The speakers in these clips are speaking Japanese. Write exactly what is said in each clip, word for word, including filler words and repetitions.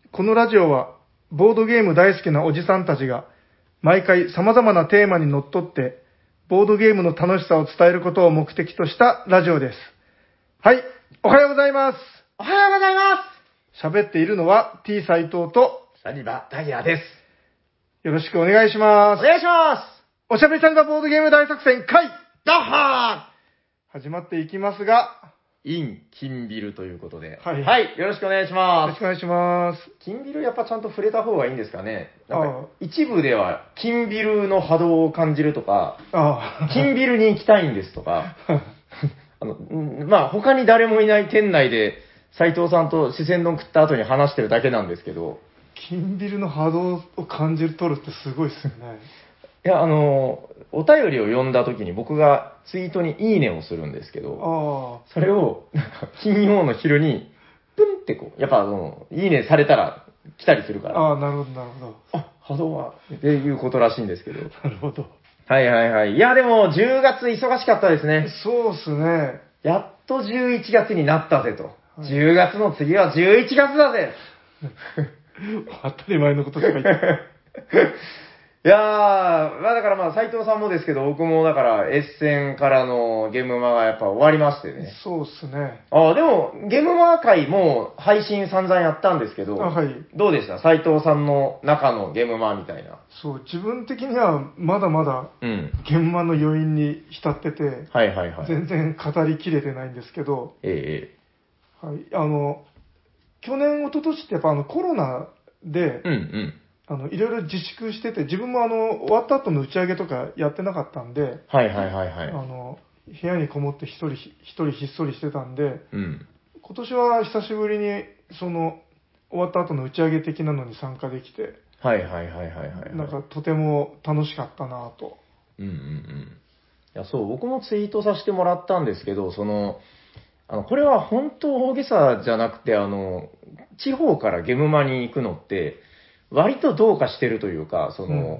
このラジオは、ボードゲーム大好きなおじさんたちが、毎回様々なテーマにのっとって、ボードゲームの楽しさを伝えることを目的としたラジオです。はい、おはようございます。 おはようございま喋っているのは T 斎藤と、 す。サニバダイヤです。 よろしくお願いします。 お願いします。 おしゃべりさんがボードゲーム大作戦会ダッハ始まっていきますが、 ーイン、金ビルということで。 はいはい、よろしくお願いしよます。 ろしくお願いします。 金ビルやっぱちゃんと触れた方がいいんですかね。なんあか一部では金ビルの波動を感じるとか、 ああ。 金ビルに行きたいんですとか、あの、うんまあ他に誰もいない店内で斉藤さんと四川丼食った後に話してるだけなんですけど、 金ビルの波動を感じる取るってすごいっすよね。 いや、あの、お便りを読んだ時に僕がツイートにいいねをするんですけど、 あそれを、なんか、金曜の昼に、プンってこう、やっぱあの、いいねされたら来たりするかあ。 ら、 ああ、なるほど、なるほど。 あ、波動は、っていうことらしいんですけど。 なるほど。 はいはいはい。いや、でも、じゅうがつ忙しかったですね。 そうっすね。 やっとじゅういちがつになったぜと。 はいじゅうがつの次はじゅういちがつだぜ当たり前のことしか言ってない。 いやー、まあだからまあ斉藤さんもですけど、僕もだからエッセンからのゲームマがやっぱ終わりましてね。 そうっすね。 ああ、でもゲームマ会も配信散々やったんですけど、 あはいどうでした斉藤さんの中のゲームマみたいな。 そう、自分的にはまだまだうん。 現場の余韻に浸ってて、 はいはいはい。 全然語りきれてないんですけど、 ええはい、あの、去年、一昨年ってやっぱあのコロナで、 ええ。うんうん。 あの、いろいろ自粛してて、自分もあの、終わった後の打ち上げとかやってなかったんで、 はいはいはいはい。 あの、部屋にこもって一人、一人ひっそりしてたんで、 うん。 今年は久しぶりに、その、終わった後の打ち上げ的なのに参加できて、 はいはいはいはいはい、はい。 なんかとても楽しかったなと。 うんうんうん。いや、そう、僕もツイートさせてもらったんですけど、その、あの、これは本当大げさじゃなくて、あの、地方からゲムマに行くのって、割とどうかしてるというか、その、 うん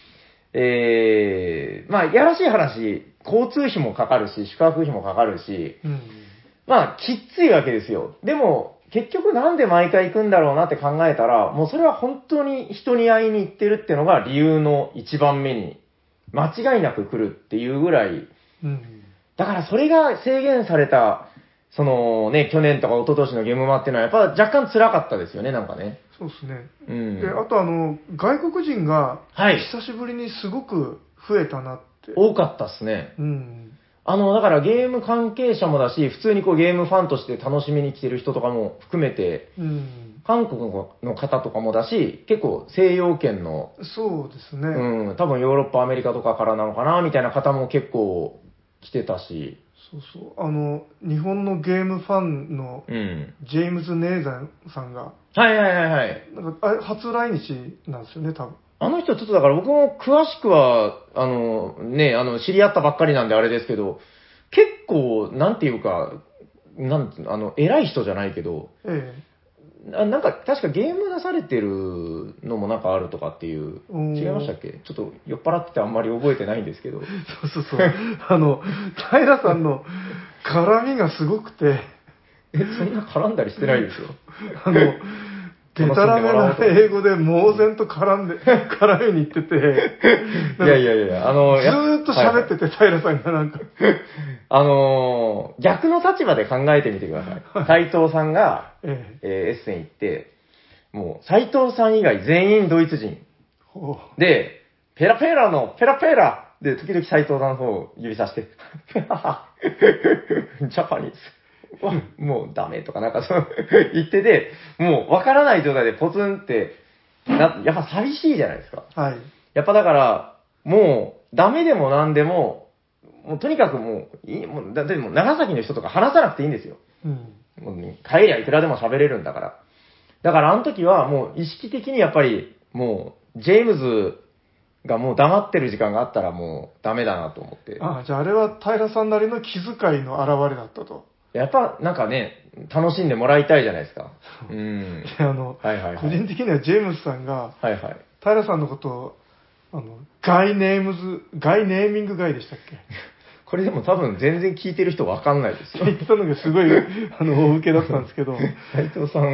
ええまあ、やらしい話、交通費もかかるし、宿泊費もかかるし、 うん。 まあ、きっついわけですよ。でも、結局なんで毎回行くんだろうなって考えたら、もうそれは本当に人に会いに行ってるっていうのが理由の一番目に、間違いなく来るっていうぐらい、 うん。 だからそれが制限された、そのね、去年とか一昨年のゲームマっていうのはやっぱ若干辛かったですよね、なんかね。 そうですね。 うん。 で、あとあの、外国人が、 はい久しぶりにすごく増えたなって。 多かったっすね。 うん。 あの、だからゲーム関係者もだし、普通にこうゲームファンとして楽しみに来てる人とかも含めて、 うん。 韓国の方とかもだし、結構西洋圏の、 そうですね。 うん、多分ヨーロッパ、アメリカとかからなのかな、みたいな方も結構来てたし、 そうそう。あの、日本のゲームファンのうん。 ジェームズ・ネーザンさんが、 はいはいはいはい。 なんか、あれ、初来日なんですよね、多分。 あの人ちょっとだから僕も詳しくは、あの、ね、あの、知り合ったばっかりなんであれですけど、結構、なんていうか、なんてあの、偉い人じゃないけど、 えあなんか、確かゲーム出されてるのもなんかあるとかっていう、 おー違いましたっけちょっと酔っ払っててあんまり覚えてないんですけど。 え。そうそうそう。あの、平さんの絡みがすごくて、 え、そんな絡んだりしてないですよ。 あの、でたらめな英語で猛然と絡んで、絡みに行ってて、 いやいやいや、あの、 ずやーっと喋ってて、平さんがなんか、 あのー逆の立場で考えてみてください。斉藤さんが、 ええ、 えーエッセン行って、もう、斉藤さん以外全員ドイツ人。 ほで、ペラペラの、ペラペラで、時々斉藤さんの方を指さして、ペラハジャパニーズ。わもうダメとかなんかそう言ってて、もうわからない状態でポツンって、な、やっぱ寂しいじゃないですか。 う。はい。 やっぱだから、もう、ダメでもなんでも、もうとにかくもう、いい、もう、だってもう長崎の人とか話さなくていいんですよ。 うん。 もうね、帰りゃいくらでも喋れるんだから。だからあの時はもう意識的にやっぱり、もう、ジェームズがもう黙ってる時間があったらもうダメだなと思って。 ああ、じゃああれは平さんなりの気遣いの表れだったと。 やっぱなんかね、楽しんでもらいたいじゃないですか。うん。 であの、 はいはいはい。 個人的にはジェームスさんが、 はいはい。 平さんのことを、あの、ガイネームズ、ガイネーミングガイでしたっけこれでも多分全然聞いてる人わかんないですよ。 言ってたのがすごい、あの、大受けだったんですけど、 斉藤さん、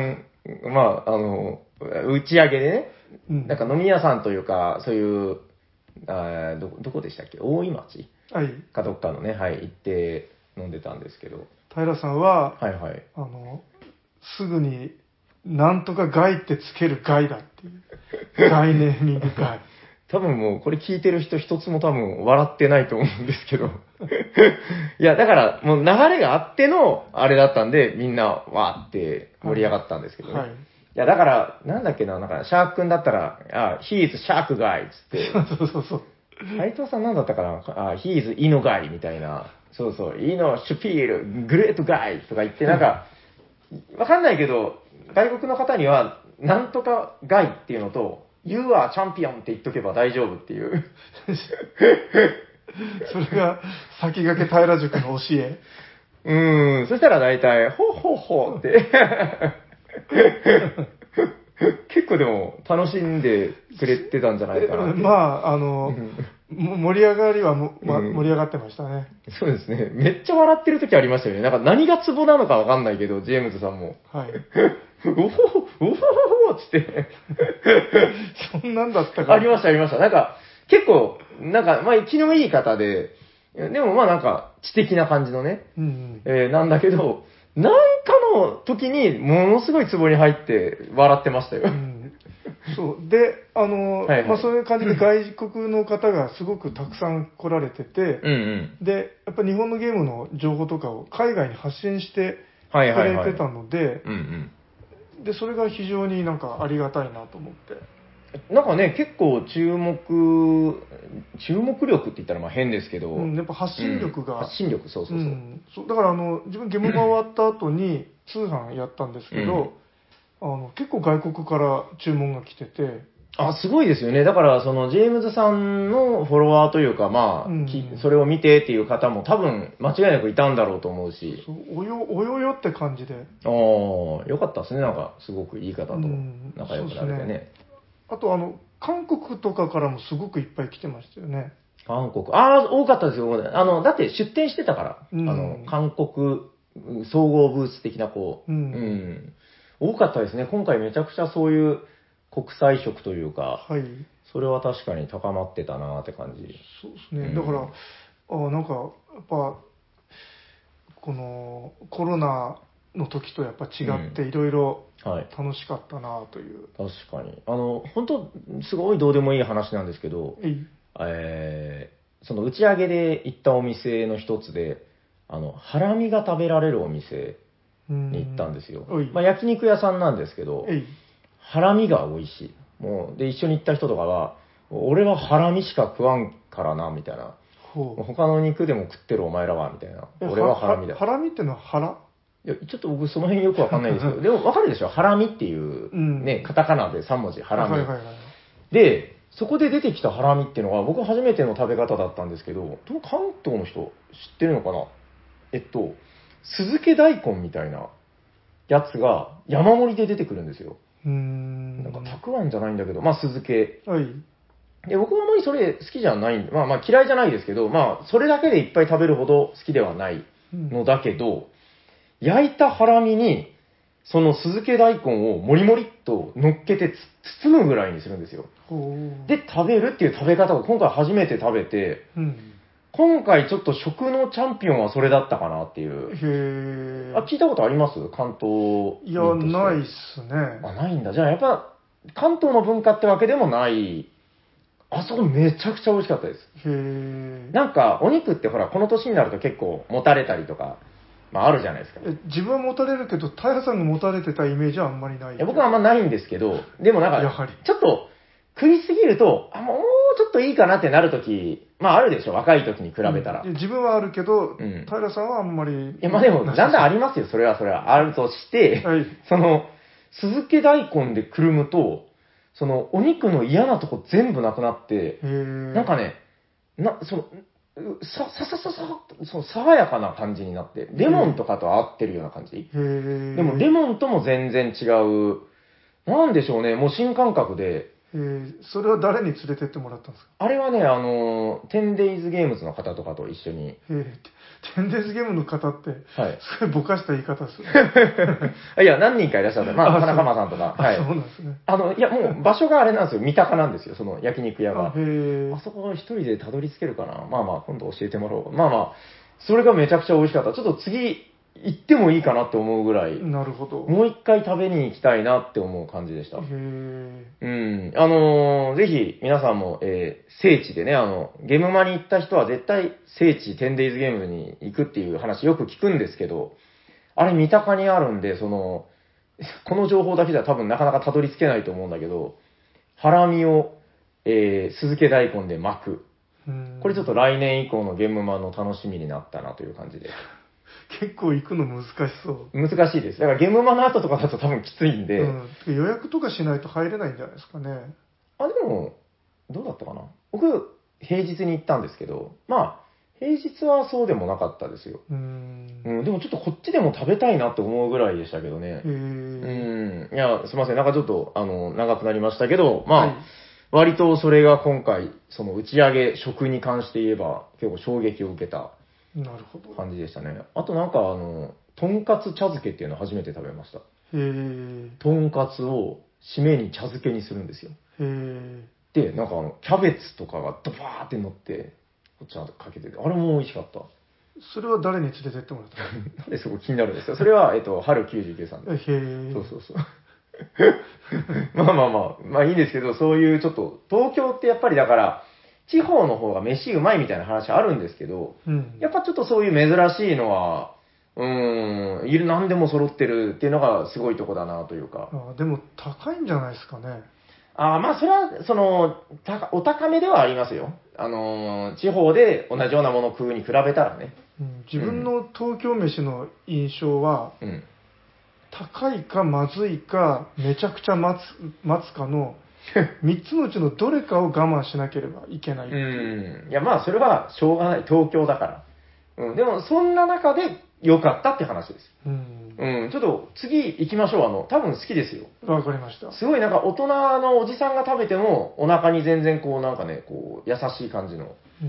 まあ、あの、打ち上げでね、 うんなんか飲み屋さんというか、そういう、あーど、どこでしたっけ大井町はい。 かどっかのね、はい、行って飲んでたんですけど、 平さんは、 はいはい。 あの、すぐに、なんとか害ってつける害だっていう。概ネーミング害。 多分もうこれ聞いてる人一つも多分笑ってないと思うんですけど。いや、だからもう流れがあってのあれだったんで、みんなわーって盛り上がったんですけどね。 はい。 いや、だから、なんだっけな、なんか、シャーク君だったら、あ、he is shark guy つって、 そうそうそう。 斉藤さんなんだったかな、あ、he is イノガイみたいな、そうそう、イノシュピール、グレートガイとか言って、なんか、わかんないけど、外国の方には、なんとかガイっていうのと、You are champion って言っとけば大丈夫っていう。 それが先駆け平塾の教え。 うーん、そしたら大体、ほっほっほって。結構でも楽しんでくれてたんじゃないかなって。 まあ、あの、も盛り上がりはも、ま、 うん盛り上がってましたね。 そうですね。めっちゃ笑ってる時ありましたよね。なんか何がツボなのかわかんないけど、ジェームズさんも。 はい。 うほほ、うほほほつって。 そんなんだったか。 ありました、ありました。なんか、結構、なんか、まあ、気のいい方で、でもまあなんか、知的な感じのね、 うんうん。 えーなんだけど、なんかの時に、ものすごいツボに入って笑ってましたよ。 うんそう。で、あの、 はいはいまあそういう感じで外国の方がすごくたくさん来られてて、 うんうん。 で、やっぱ日本のゲームの情報とかを海外に発信してくはいはいはい。 れてたので、 うんで、それが非常になんかありがたいなと思って。 うん。なんかね、結構注目、注目力って言ったらまあ変ですけど、 うん、やっぱ発信力が、 うん発信力、そうそうそう。 んそうだからあの、自分ゲームが終わった後に通販やったんですけど、あの結構外国から注文が来てて、 あ、すごいですよね。だから、その、ジェームズさんのフォロワーというか、まあ、 うんきそれを見てっていう方も多分、間違いなくいたんだろうと思うし。 そうおよおよよって感じで、 ああ、よかったですね。なんか、すごくいい方とうん仲良くなれてそうですね。 あとあの、韓国とかからもすごくいっぱい来てましたよね。 韓国。ああ、多かったですよ。あの、だって出店してたから。 うんあの、韓国うん総合ブース的な、こう。 うんうん多かったですね。今回めちゃくちゃそういう国際色というか、 はい。 それは確かに高まってたなーって感じ。 そうですね。 うんだから、あなんか、やっぱ、このコロナの時とやっぱ違ってうんいろいろはい。 楽しかったなという。 確かに。あの、本当すごいどうでもいい話なんですけど、 えい。 えー、その打ち上げで行ったお店の一つで、あの、ハラミが食べられるお店に行ったんですよ。 おい。 まあ、焼肉屋さんなんですけど、 えい。 ハラミが美味しい。もう、で、一緒に行った人とかは、俺はハラミしか食わんからな、みたいな。 ほう。 他の肉でも食ってるお前らは、みたいな。 え俺はハラミだ。 ハラミってのは腹いや、ちょっと僕その辺よくわかんないんですけど、でもわかるでしょハラミっていう、 うんね、カタカナでさん文字、ハラミ。 はいはいはい。 で、そこで出てきたハラミっていうのは、僕初めての食べ方だったんですけど、どう関東の人知ってるのかなえっと、酢漬け大根みたいなやつが山盛りで出てくるんですよ。 うーん。 なんかたくあんじゃないんだけど、まあ酢漬け。 はい。 で、僕はあまりそれ好きじゃないんで、まあまあ嫌いじゃないですけど、まあそれだけでいっぱい食べるほど好きではないのだけど、焼いたハラミに、その酢漬け大根をもりもりっと乗っけてつ包むぐらいにするんですよ。 ほう。 で、食べるっていう食べ方を今回初めて食べて、 うん。 今回ちょっと食のチャンピオンはそれだったかなっていう。 へえ。 あ、聞いたことあります関東いや、 民としてないっすね。 あ、ないんだ。じゃあやっぱ、関東の文化ってわけでもない。あそこめちゃくちゃ美味しかったです。 へえ。 なんか、お肉ってほら、この年になると結構持たれたりとか、まああるじゃないですか。 え自分は持たれるけど、平さんが持たれてたイメージはあんまりない。 いや僕はあんまないんですけど、でもなんか、 やはりちょっと食いすぎると、あ、もうちょっといいかなってなるとき、まああるでしょ、若い時に比べたら。 うん自分はあるけど、 うん平さんはあんまり。 いや、まあでも、だんだんありますよ、それはそれは。あるとして、 はい。 その、酢漬け大根でくるむと、その、お肉の嫌なとこ全部なくなって、 へえ。 なんかね、な、その、うさ、ささささ、その爽やかな感じになって、レモンとかと合ってるような感じ。 へえ。 でも、レモンとも全然違う、なんでしょうね、もう新感覚で、 えー、それは誰に連れてってもらったんですか？ あれはね、あの、テンデイズゲームズの方とかと一緒に。 えー、テンデイズゲームの方って、 はい。 すごいぼかした言い方ですね。 いや、何人かいらっしゃった。まあ、 あ田中間さんとか。はい。 あ、そうなんですね。 あの、いや、もう場所があれなんですよ。三鷹なんですよ、その焼肉屋あ、 が。 へえ。 あそこ一人でたどり着けるかな。まあまあ、今度教えてもらおう。まあまあ、それがめちゃくちゃ美味しかった。ちょっと次行ってもいいかなって思うぐらい、 なるほど。 もう一回食べに行きたいなって思う感じでした。 へえ。 うん。あのーぜひ皆さんも、えー聖地でね、あの、ゲームマに行った人は絶対聖地、テンデイズゲームズに行くっていう話よく聞くんですけど、あれ三鷹にあるんで、その、この情報だけじゃ多分なかなかたどり着けないと思うんだけど、ハラミを、えー、酢漬け大根で巻く。 うんこれちょっと来年以降のゲームマの楽しみになったなという感じで。 結構行くの難しそう。 難しいです。だからゲームマの後とかだと多分きついんで、 うん、予約とかしないと入れないんじゃないですかね。 あ、でも、どうだったかな。僕、平日に行ったんですけど、まあ、平日はそうでもなかったですよ。 うーん。 うん、でもちょっとこっちでも食べたいなって思うぐらいでしたけどね。 へうえ。 ん。いや、すいません。なんかちょっと、あの、長くなりましたけど、まあ、 はい割とそれが今回、その打ち上げ、食に関して言えば、結構衝撃を受けたなるほど。 感じでしたね。あとなんか、あの、とんかつ茶漬けっていうのを初めて食べました。 へえ。 とんかつを締めに茶漬けにするんですよ。 へえ。 で、なんかあの、キャベツとかがドバーって乗って、こっちゃんとかけてて、あれも美味しかった。 それは誰に連れてってもらったなんでそこ気になるんですか？それは、えっと、春きゅうじゅうきゅうさんで。 の？へえ。 そうそうそう。まあまあまあ、まあいいんですけど、そういうちょっと、東京ってやっぱりだから、地方の方が飯うまいみたいな話あるんですけど、 うん。 やっぱちょっとそういう珍しいのは、うーん、いる、何でも揃ってるっていうのがすごいとこだなというか。 あ、でも高いんじゃないですかね。 あーまあ、それは、その、たお高めではありますよ。あのー、地方で同じようなものを食うに比べたらね。 うん、自分の東京飯の印象は、 うん。 高いかまずいかめちゃくちゃ待つ待つかのみっつのうちのどれかを我慢しなければいけないっていう。 うん。いや、まあ、それはしょうがない。東京だから。うん。でも、そんな中で良かったって話です。 うん。 うん。ちょっと、次行きましょう。あの、多分好きですよ。 わかりました。 すごいなんか大人のおじさんが食べても、お腹に全然こう、なんかね、こう、優しい感じの。 うん、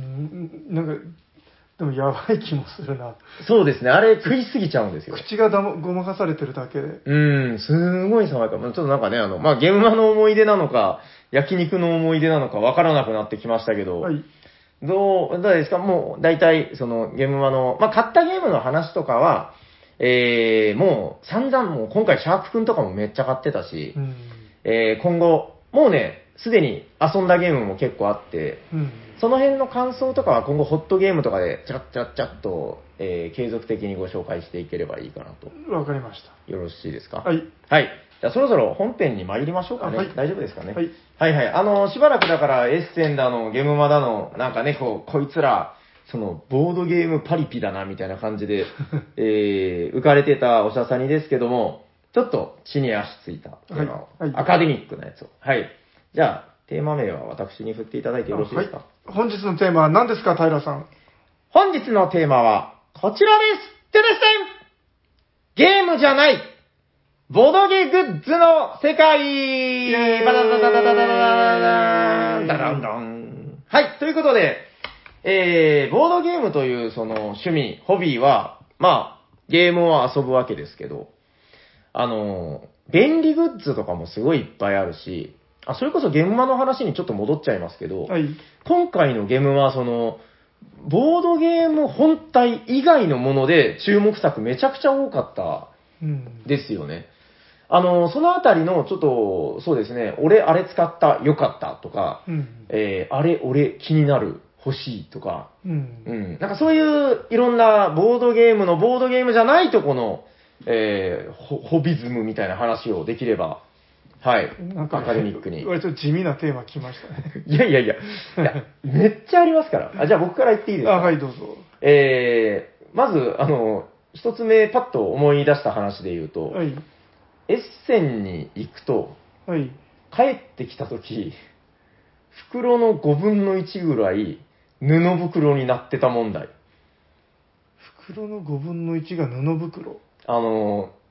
なんか、でもやばい気もするな。 そうですね。あれ食いすぎちゃうんですよ。 口がだもごまかされてるだけで。 うん、すごい爽やか。まあちょっとなんかね、あの、まあ、現場の思い出なのか、焼肉の思い出なのかわからなくなってきましたけど、 はい。 どう、どうですか？もう、大体、その、ゲームマの、まあ、買ったゲームの話とかは、えー、もう、散々、もう、今回、シャークくんとかもめっちゃ買ってたし、 うん。 えー、今後、もうね、すでに遊んだゲームも結構あって、 うん。 その辺の感想とかは今後ホットゲームとかでチャッチャッチャッと、えー継続的にご紹介していければいいかなと。 わかりましよろしいですか？ た。はい。 はい。じゃあそろそろ本編に参りましょうかね。 あはい大丈夫ですかね。 はい。 はいはい。あの、しばらくだからエッセンだの、ゲームマだの、なんかね、こう、こいつら、その、ボードゲームパリピだな、みたいな感じで、えー、浮かれてたおしゃさにですけども、ちょっと地に足ついたテーマを、 はいはいアカデミックなやつを。はい。じゃあ、テーマ名は私に振っていただいてよろしいですか？ はい。本日のテーマは何ですか、平さん。 本日のテーマは、こちらですてれせんゲームじゃないボドゲグッズの世界イエーイバダダダダダダダダダダダンダンはい、ということで、えー、ボードゲームというその趣味、ホビーは、まあ、ゲームを遊ぶわけですけど、あの、便利グッズとかもすごいいっぱいあるし、あ、それこそゲームマの話にちょっと戻っちゃいますけど、 はい。 今回のゲームはその、ボードゲーム本体以外のもので注目作めちゃくちゃ多かったうん。 ですよね。あの、そのあたりのちょっと、そうですね、俺あれ使った、よかったとか、 うん。 えーあれ俺気になる、欲しいとか、 う。 うんん、なんかそういういろんなボードゲームのボードゲームじゃないとこの、えーホホビズムみたいな話をできれば、はい、 なんか、 アカデミックに。 割と地味なテーマ来ましたね。 いやいやいや、いやめっちゃありますから。あ、じゃあ僕から言っていいですか？ あ、はい、どうぞ。 えー、まず、あの、一つ目パッと思い出した話で言うと、 はい。 エッセンに行くと、 はい。 帰ってきたとき、袋のごぶんのいちぐらい布袋になってた問題。 袋のごぶんのいちが布袋。 あの、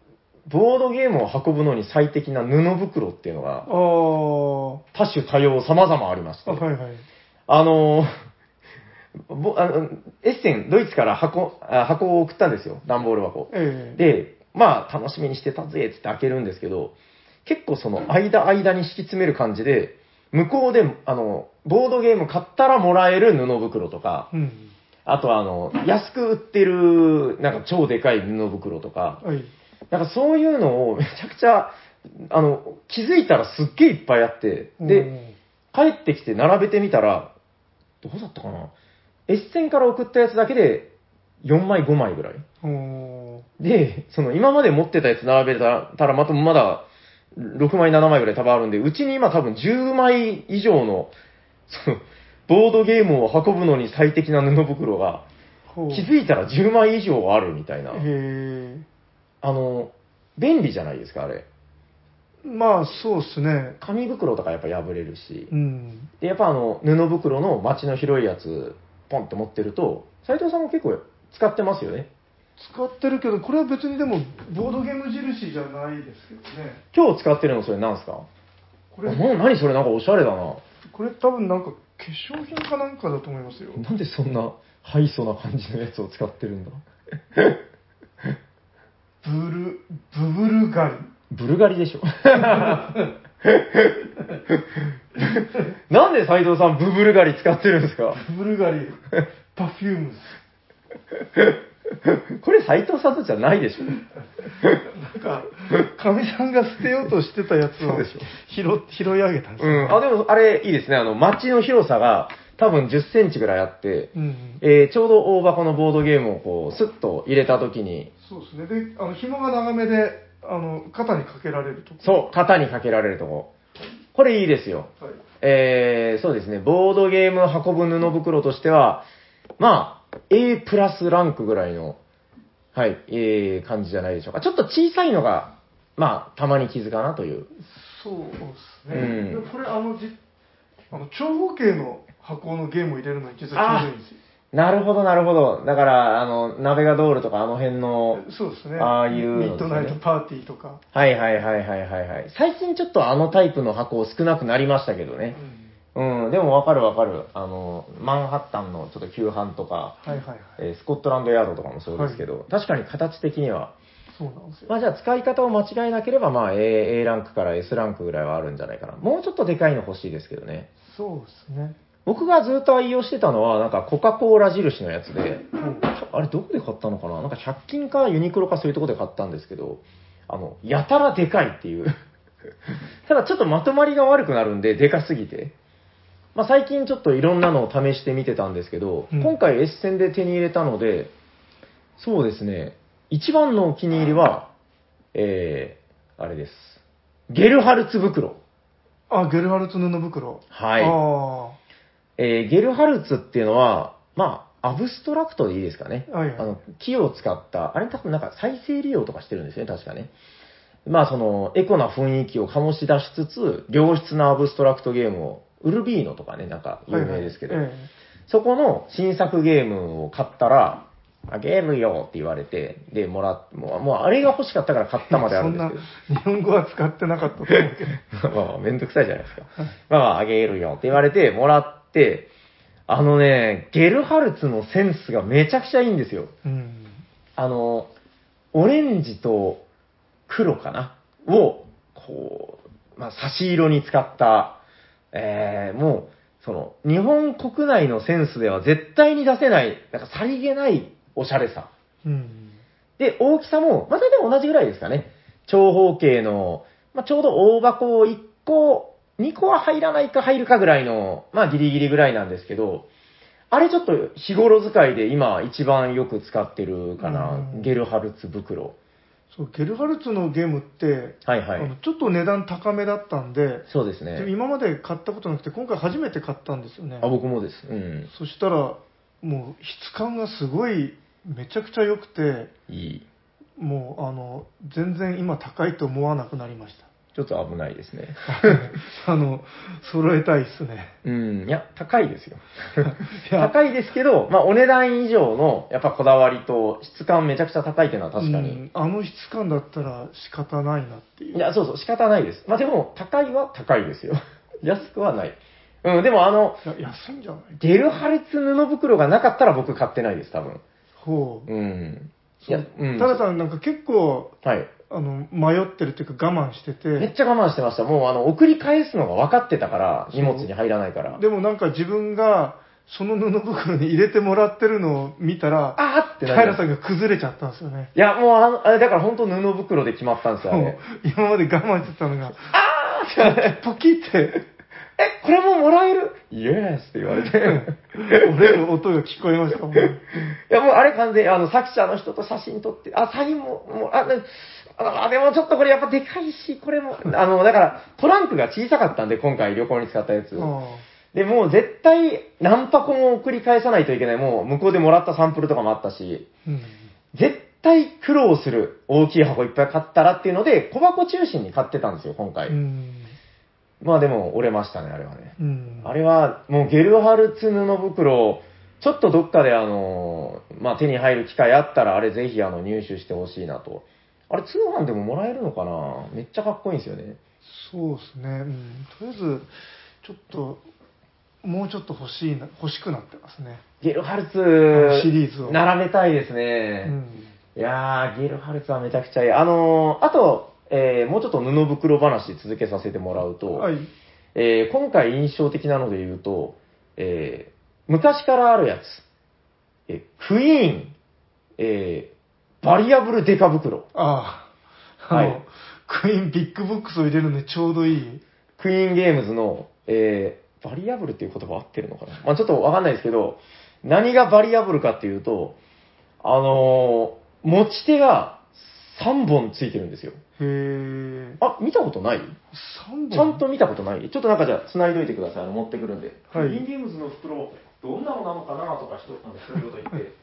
ボードゲームを運ぶのに最適な布袋っていうのが、 ああ。 多種多様様々ありまして。 あ、はいはい。 あのー、ぼあのエッセン、ドイツから箱あ箱を送ったんですよ、段ボール箱。 ええで、まあ、楽しみにしてたぜっつって開けるんですけど、結構その間間に敷き詰める感じで、向こうで、あの、ボードゲーム買ったらもらえる布袋とか、 うん。 あとはあの、安く売ってる、なんか超でかい布袋とか、 はい。 なんかそういうのをめちゃくちゃ、あの、気づいたらすっげえいっぱいあって、で、帰ってきて並べてみたら、どうだったかな、エッセンから送ったやつだけでよんまいごまいぐらい。 おーで、その今まで持ってたやつ並べたら、またまだろくまいななまいぐらい多分あるんで、うちに今多分じゅうまい以上の、その、ボードゲームを運ぶのに最適な布袋が、 ほう気づいたらじゅうまい以上あるみたいな。 へえ。 あの、便利じゃないですか、あれ。 まあ、そうっすね。 紙袋とかやっぱ破れるし。 うん。 で、やっぱあの、布袋の街の広いやつ、ポンって持ってると、斉藤さんも結構使ってますよね。 使ってるけど、これは別にでも、ボードゲーム印じゃないですけどね。 今日使ってるのそれ何すか？ これ、 あな何それなんかおしゃれだな。 これ多分なんか化粧品かなんかだと思いますよ。 なんでそんなハイソな感じのやつを使ってるんだ。 ブル、ブブルガリ。 ブルガリでしょ。なんで斉藤さんブブルガリ使ってるんですか？ ブブルガリ、パフュームス。 これ斉藤さんとじゃないでしょ。 なんか、かみさんが捨てようとしてたやつを拾拾い上げたんですよ、 うん。あ、でもあれいいですね。あの、街の広さが多分じゅっセンチぐらいあって、 うんうんえーちょうど大箱のボードゲームをこう、スッと入れたときに、 そうですね。で、あの紐が長めで、あの肩にかけられるとこ。 そう、肩にかけられるとこ。これいいですよ。 はい。 えー、そうですね。ボードゲームを運ぶ布袋としては、まあ、A プラスランクぐらいの、はい、えー、感じじゃないでしょうか。ちょっと小さいのが、まあ、たまに傷かなという。 そうですね。 うんでもこれあのじあの長方形の箱のゲームを入れるのに実はちょうどいいんですよ。 なるほど、なるほど。だから、あの、ナベガドールとかあの辺の、 そうですね。 ああいうのですねミッドナイトパーティーとか。 はいはいはいはいはいはい。最近ちょっとあのタイプの箱少なくなりましたけどね。うん、でもわかるわかる。あの、マンハッタンのちょっと旧版とか、 はいはいはい。 えースコットランドヤードとかもそうですけど、確かに形的には、 そうなんですよ。 まあじゃあ使い方を間違えなければ、まあ A, A ランクから S ランクぐらいはあるんじゃないかな。もうちょっとでかいの欲しいですけどね。 そうですね。 僕がずっと愛用してたのは、なんかコカ・コーラ印のやつで、あれどこで買ったのかななんかひゃく均かユニクロかそういうとこで買ったんですけど、あの、やたらでかいっていう。ただちょっとまとまりが悪くなるんで、でかすぎて。まあ最近ちょっといろんなのを試してみてたんですけど、 うん今回エッセンで手に入れたので、そうですね、一番のお気に入りは、えー、あれです。ゲルハルツ袋。 あ、ゲルハルツ布袋。 はいあえーゲルハルツっていうのは、まあ、アブストラクトでいいですかね。 はいはいあの、木を使った、あれ多分なんか再生利用とかしてるんですよね、確かね。まあ、その、エコな雰囲気を醸し出しつつ、良質なアブストラクトゲームを、ウルビーノとかね、なんかあ。 有名ですけど、 はいはいえそこの新作ゲームを買ったら、あげるよって言われて、で、もらっもう、もうあれが欲しかったから買ったまであるんですけど。 そんな日本語は使ってなかったと思うけど。 まあまあ、めんどくさいじゃないですか。まあまあ、あげるよって言われて、もらって、あのね、ゲルハルツのセンスがめちゃくちゃいいんですよ。 うん。 あの、オレンジと黒かなを、こう、まあ、差し色に使った、えー、もう、その、日本国内のセンスでは絶対に出せない、なんかさりげないおしゃれさ。 うん。 で、大きさも、まあ、大体同じぐらいですかね。長方形の、まあ、ちょうど大箱をいっこ、にこは入らないか入るかぐらいの、まあ、ギリギリぐらいなんですけど、あれちょっと日頃使いで今一番よく使ってるかな。 うんゲルハルツ袋。 そう、ゲルハルツのゲームって、 はいはいあのちょっと値段高めだったんで、 そうですね。 で今まで買ったことなくて、今回初めて買ったんですよね。 あ、僕もです。うん。 そしたら、もう質感がすごい、めちゃくちゃ良くて、 いい。 もう、あの、全然今高いと思わなくなりました。 ちょっと危ないですね。 あの、揃えたいっすね。 うん、いや、高いですよ。 いや高いですけど、まあ、お値段以上の、やっぱこだわりと質感めちゃくちゃ高いっていうのは確かに。 うんあの質感だったら仕方ないなっていう。 いや、そうそう、仕方ないです。まあ、でも、高いは高いですよ。安くはない。うん、でもあの、 いや安いんじゃないゲルハルツ布袋がなかったら僕買ってないです、多分。 ほう。 うん。いそうや、うん。 タラさんなんか結構、 はい。 あの、迷ってるっていうか我慢してて。 めっちゃ我慢してました。もう、あの、送り返すのが分かってたから、荷物に入らないから。 でもなんか自分が、その布袋に入れてもらってるのを見たら、 あーってなる平さんが崩れちゃったんですよね。 いや、もうあの、あれだから本当布袋で決まったんですよ、あもうれ。 今まで我慢してたのが、 あーってポキって、 え、これももらえるイエースって言われて。 折れる音が聞こえましたもんね。 いや、もうあれ完全に、あの、作者の人と写真撮って、あ、サインも、もう、あ、ねあ、でもちょっとこれやっぱでかいし、これも、あの、だから、トランクが小さかったんで、今回旅行に使ったやつ。 あで、もう絶対何箱も送り返さないといけない。もう向こうでもらったサンプルとかもあったし、 あうん絶対苦労する大きい箱いっぱい買ったらっていうので、小箱中心に買ってたんですよ、今回。 うんまあでも折れましたね、あれはね。 うんあれはもうゲルハルツ布袋、ちょっとどっかであの、まあ手に入る機会あったらあれぜひあの入手してほしいなと。あれ通販でももらえるのかなめっちゃかっこいいんですよね。 そうですね、うん、とりあえず、ちょっと、もうちょっと欲しいな、欲しくなってますね。 ゲルハルあのシリーズツを並べたいですうね。 ん。 いやー、ゲルハルツはめちゃくちゃいい。あのーあと、えーもうちょっと布袋話続けさせてもらうと、 はい。 えー今回印象的なので言うと、えー昔からあるやつ、えークイーン、えーバリアブルデカ袋。 ああ、あの、 はいクイーンビッグボックスを入れるのにちょうどいい。 クイーンゲームズの、えーバリアブルっていう言葉合ってるのかなまあちょっとわかんないですけど、何がバリアブルかっていうと、あのー持ち手がさんぼんついてるんですよ。 へえ。 あ、見たことないさんぼんちゃんと見たことないちょっとなんかじゃあ、繋いどいてください。あの、持ってくるんで。 はいクイーンゲームズの袋、どんなのなのかなとか、一つなんでそういうこと言って。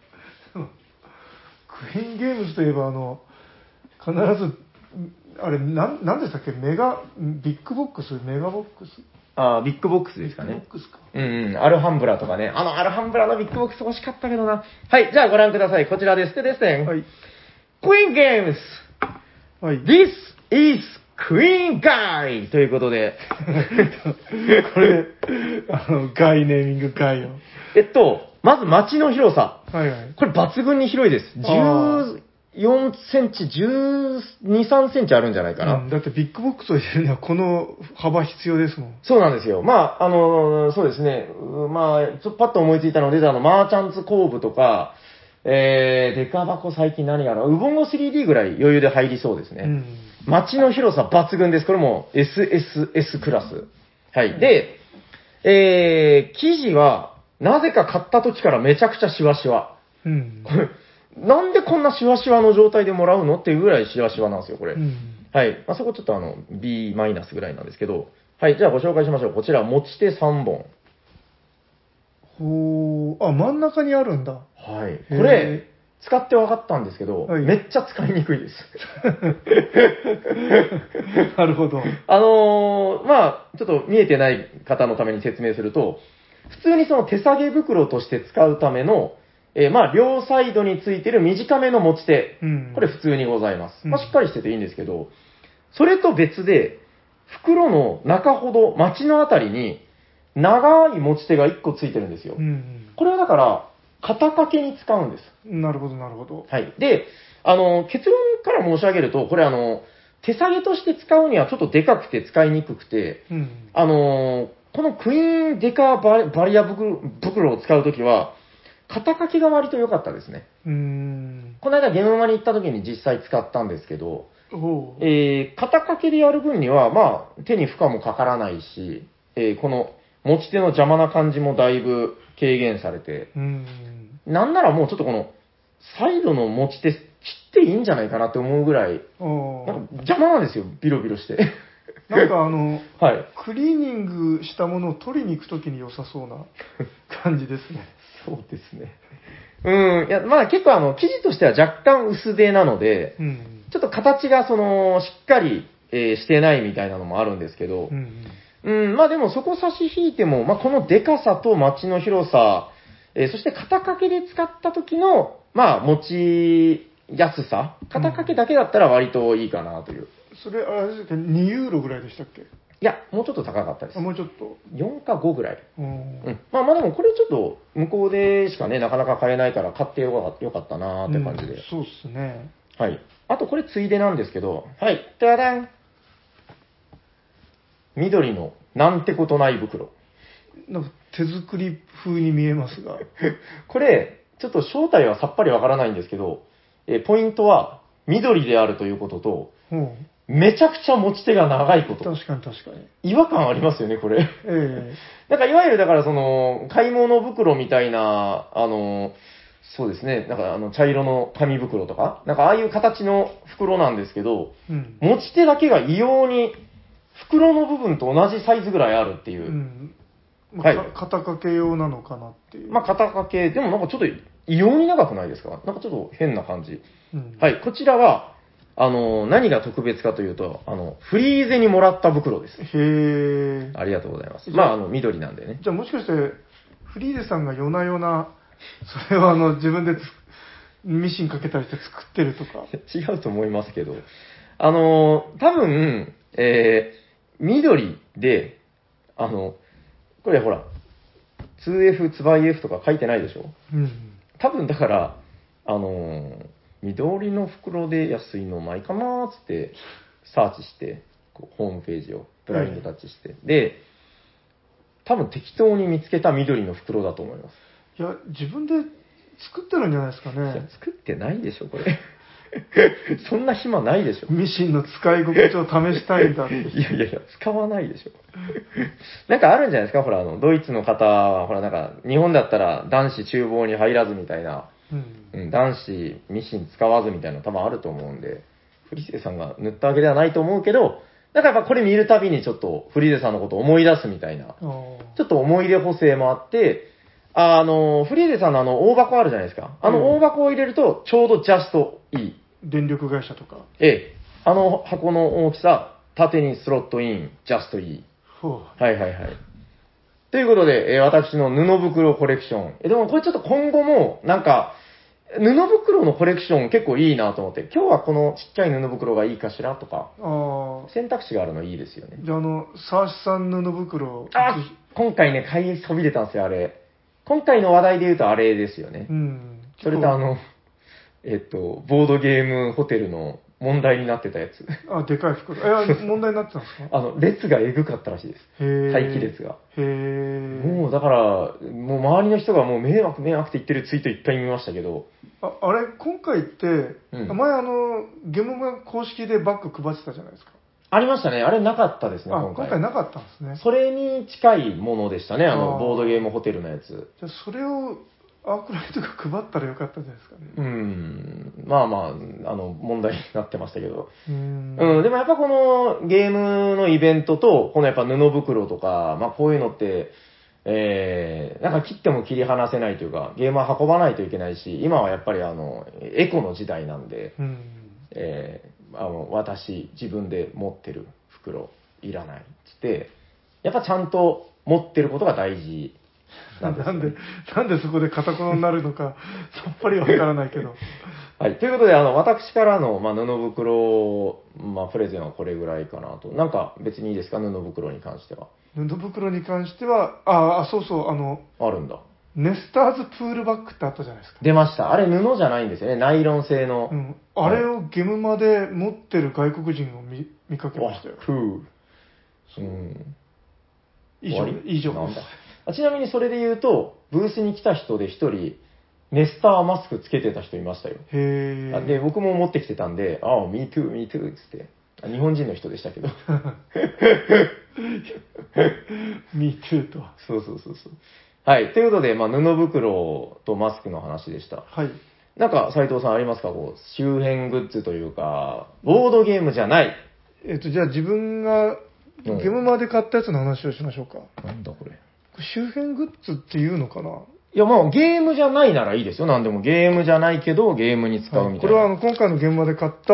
クイーンゲームズといえば、あの、必ず、あれ、なん、なんでしたっけメガ、ビッグボックスメガボックスあービッグボックスですかねビッグボッ。クスか。 うんうん、アルハンブラとかね。あの、アルハンブラのビッグボックス欲しかったけどな。はい、じゃあご覧ください。こちらです。でですね。 はい。 クイーンゲームズはい。 This is Queen Guy ということで。 これ、あの、ガイネーミングガイを。 えっと、まず街の広さ。 はいはい。 これ抜群に広いです。 あじゅうよんセンチ、じゅうに、さんセンチあるんじゃないかな。 うんだってビッグボックスを入れるにはこの幅必要ですもん。 そうなんですよ。まあ、あの、そうですね。うまあ、ちょっとパッと思いついたので、あの、マーチャンツ工部とか、えー、デカ箱最近何があるウボンゴ スリーディー ぐらい余裕で入りそうですね。 うん。 街の広さ抜群です。これも エスエスエス クラス。はい。で、えー、生地は、なぜか買った時からめちゃくちゃシワシワ。 うん。 これ、なんでこんなシワシワの状態でもらうのっていうぐらいシワシワなんですよ、これ。 うん。 はい。まあ、そこちょっとあの、B マイナスぐらいなんですけど。はい。じゃあご紹介しましょう。こちら、持ち手さんぼん。 ほう、あ、真ん中にあるんだ。 はい。 へーこれ、使って分かったんですけど、 はいめっちゃ使いにくいです。 なるほど。 あのーまあ、ちょっと見えてない方のために説明すると、普通にその手提げ袋として使うための、えーまあ、両サイドについてる短めの持ち手。 うん。 これ普通にございます。 うんまあ、しっかりしてていいんですけど、それと別で、袋の中ほど、町のあたりに、長い持ち手がいっこついてるんですよ。 うん。 これはだから、肩掛けに使うんです。 なるほど、なるほど。 はい。で、あの、結論から申し上げると、これあの、手提げとして使うにはちょっとでかくて使いにくくて、 うん。 あの、このクイーンデカバリバリア袋袋を使うときは、肩掛けが割と良かったですね。 うーん。 この間ゲームマに行った時に実際使ったんですけど、 おう。 えー、肩掛けでやる分には、まあ、手に負荷もかからないし、えーこの持ち手の邪魔な感じもだいぶ軽減されて、 うーん。 なんならもうちょっとこの、サイドの持ち手切っていいんじゃないかなって思うぐらい、 おうなんか邪魔なんですよ、ビロビロして。 なんかあの、 はい。 クリーニングしたものを取りに行くときに良さそうな感じですね。 そうですね。うん、いや、まあ結構あの、生地としては若干薄手なので、 うん。 ちょっと形がその、しっかりえーしてないみたいなのもあるんですけど、 うんうんうん、まあでもそこ差し引いても、まあこのデカさと街の広さ、えーそして肩掛けで使った時の、まあ持ちやすさ、肩掛けだけだったら割といいかなという。 それ、あれですか、にユーロぐらいでしたっけ？ いや、もうちょっと高かったですあ、。もうちょっと。 よんかごぐらい。 うんうん。まあまあでもこれちょっと向こうでしかね、なかなか買えないから買ってよかよかったなーって感じで。 うんそうっすね。 はい。あとこれついでなんですけど、はい。じゃらん。緑のなんてことない袋。 なんか手作り風に見えますが。 これ、ちょっと正体はさっぱりわからないんですけど、えーポイントは緑であるということと、 うん。 めちゃくちゃ持ち手が長いこと。 確かに確かに。 違和感ありますよね、これ。 えなんかいわゆるだからその、買い物袋みたいな、あの、そうですね、なんかあの、茶色の紙袋とか、なんかああいう形の袋なんですけど、 えうん。 持ち手だけが異様に、袋の部分と同じサイズぐらいあるっていうう。 ん。まはいあ、か肩掛け用なのかなっていう。 まあ、肩掛け、でもなんかちょっと異様に長くないですか？なんかちょっと変な感じ。 うん、 はい、こちらは、あの、何が特別かというと、あの、フリーゼにもらった袋です。 へえ。 ありがとうございます。 じゃあまあ、あの、緑なんでね。 じゃあもしかして、フリーゼさんが夜な夜な、それをあの、自分でつミシンかけたりして作ってるとか。 違うと思いますけど、あの、多分、えー、緑で、あの、これほら、ツーエフ、ツバイエフとか書いてないでしょ？ うん。 多分だから、あのー緑の袋で安いのないかなーっつって、サーチして、こうホームページをブラインドタッチして、で、多分適当に見つけた緑の袋だと思います。 いや、自分で作ってるんじゃないですかいやね。 作ってないでしょ、これ。そんな暇ないでしょ。 ミシンの使い心地を試したいんだって。 いやいやいや、使わないでしょ。なんかあるんじゃないですか、ほら、あの、ドイツの方は、ほら、なんか、日本だったら男子厨房に入らずみたいな、 うん。 うん、男子ミシン使わずみたいなの多分あると思うんで、フリーゼさんが塗ったわけではないと思うけど、なんかやっぱこれ見るたびにちょっとフリーゼさんのことを思い出すみたいな、 あーちょっと思い出補正もあって、あの、フリーゼさんのあの大箱あるじゃないですか。あの大箱を入れるとちょうどジャストいい。 電力会社とか。 ええ。あの箱の大きさ、縦にスロットイン、ジャストいい。 ほはいはいはい。ということで、えー私の布袋コレクション。え、でもこれちょっと今後も、なんか、布袋のコレクション結構いいなと思って、今日はこのちっちゃい布袋がいいかしらとか、 う。ああ。 選択肢があるのいいですよね。 じゃあ、あの、サーシさん布袋。 あぜひ今回ね、買いそびれたんですよ、あれ。今回の話題で言うとあれですよねう。ん。 それとあの、えっと、ボードゲームホテルの問題になってたやつ。 あ、でかい袋。いや、問題になってたんですか？ あの、列がエグかったらしいです。 へえ。 待機列が。 へえ。 もうだから、もう周りの人がもう迷惑迷惑って言ってるツイートいっぱい見ましたけど、 ああれ、今回って、 うん前あの、ゲームが公式でバッグ配ってたじゃないですか。 ありましたね。あれなかったですね、 あ、 今回。 今回なかったんですね。 それに近いものでしたね、あの、 あーボードゲームホテルのやつ。 じゃあ、それをアークライトが配ったらよかったんじゃないですかね。 うーん。まあまあ、あの、問題になってましたけど。 うーん。 うん、でもやっぱこのゲームのイベントと、このやっぱ布袋とか、まあこういうのって、えー、なんか切っても切り離せないというか、ゲームは運ばないといけないし、今はやっぱりあの、エコの時代なんで、 うん。 えー、あの、私、自分で持ってる袋、いらないっつって、やっぱちゃんと持ってることが大事なですよね、 なんんで、なんでそこで片言になるのか、さっぱりわからないけど。 はい。ということで、あの、私からの、まあ、布袋、まあ、プレゼンはこれぐらいかなと。なんか別にいいですか、布袋に関しては。 布袋に関しては、ああ、そうそう、あの、 あるんだ。 ネスターズプールバッグってあったじゃないですか。 出ました。あれ布じゃないんですよね。ナイロン製の。 うん。あれをゲームまで持ってる外国人を見見かけましたよ。 クー。うん。 以上終わ、り以上なんだあちなみにそれで言うと、ブースに来た人で一人、ネスターマスクつけてた人いましたよ。 へえ。 あで、僕も持ってきてたんで、ああ、me too, me too っつって。あ日本人の人でしたけど。 Me too と。 そうそうそうそう。はい。ということで、まあ、布袋とマスクの話でした。 はい。 なんか、斉藤さんありますかこう、周辺グッズというか、ボードゲームじゃない。 えっと、じゃあ自分がゲームまで買ったやつの話をしましょうか。 なんだこれ。 これ周辺グッズっていうのかないや、まあ、ゲームじゃないならいいですよ。なんでもゲームじゃないけど、ゲームに使うみたいな。 はいこれはあの今回の現場で買った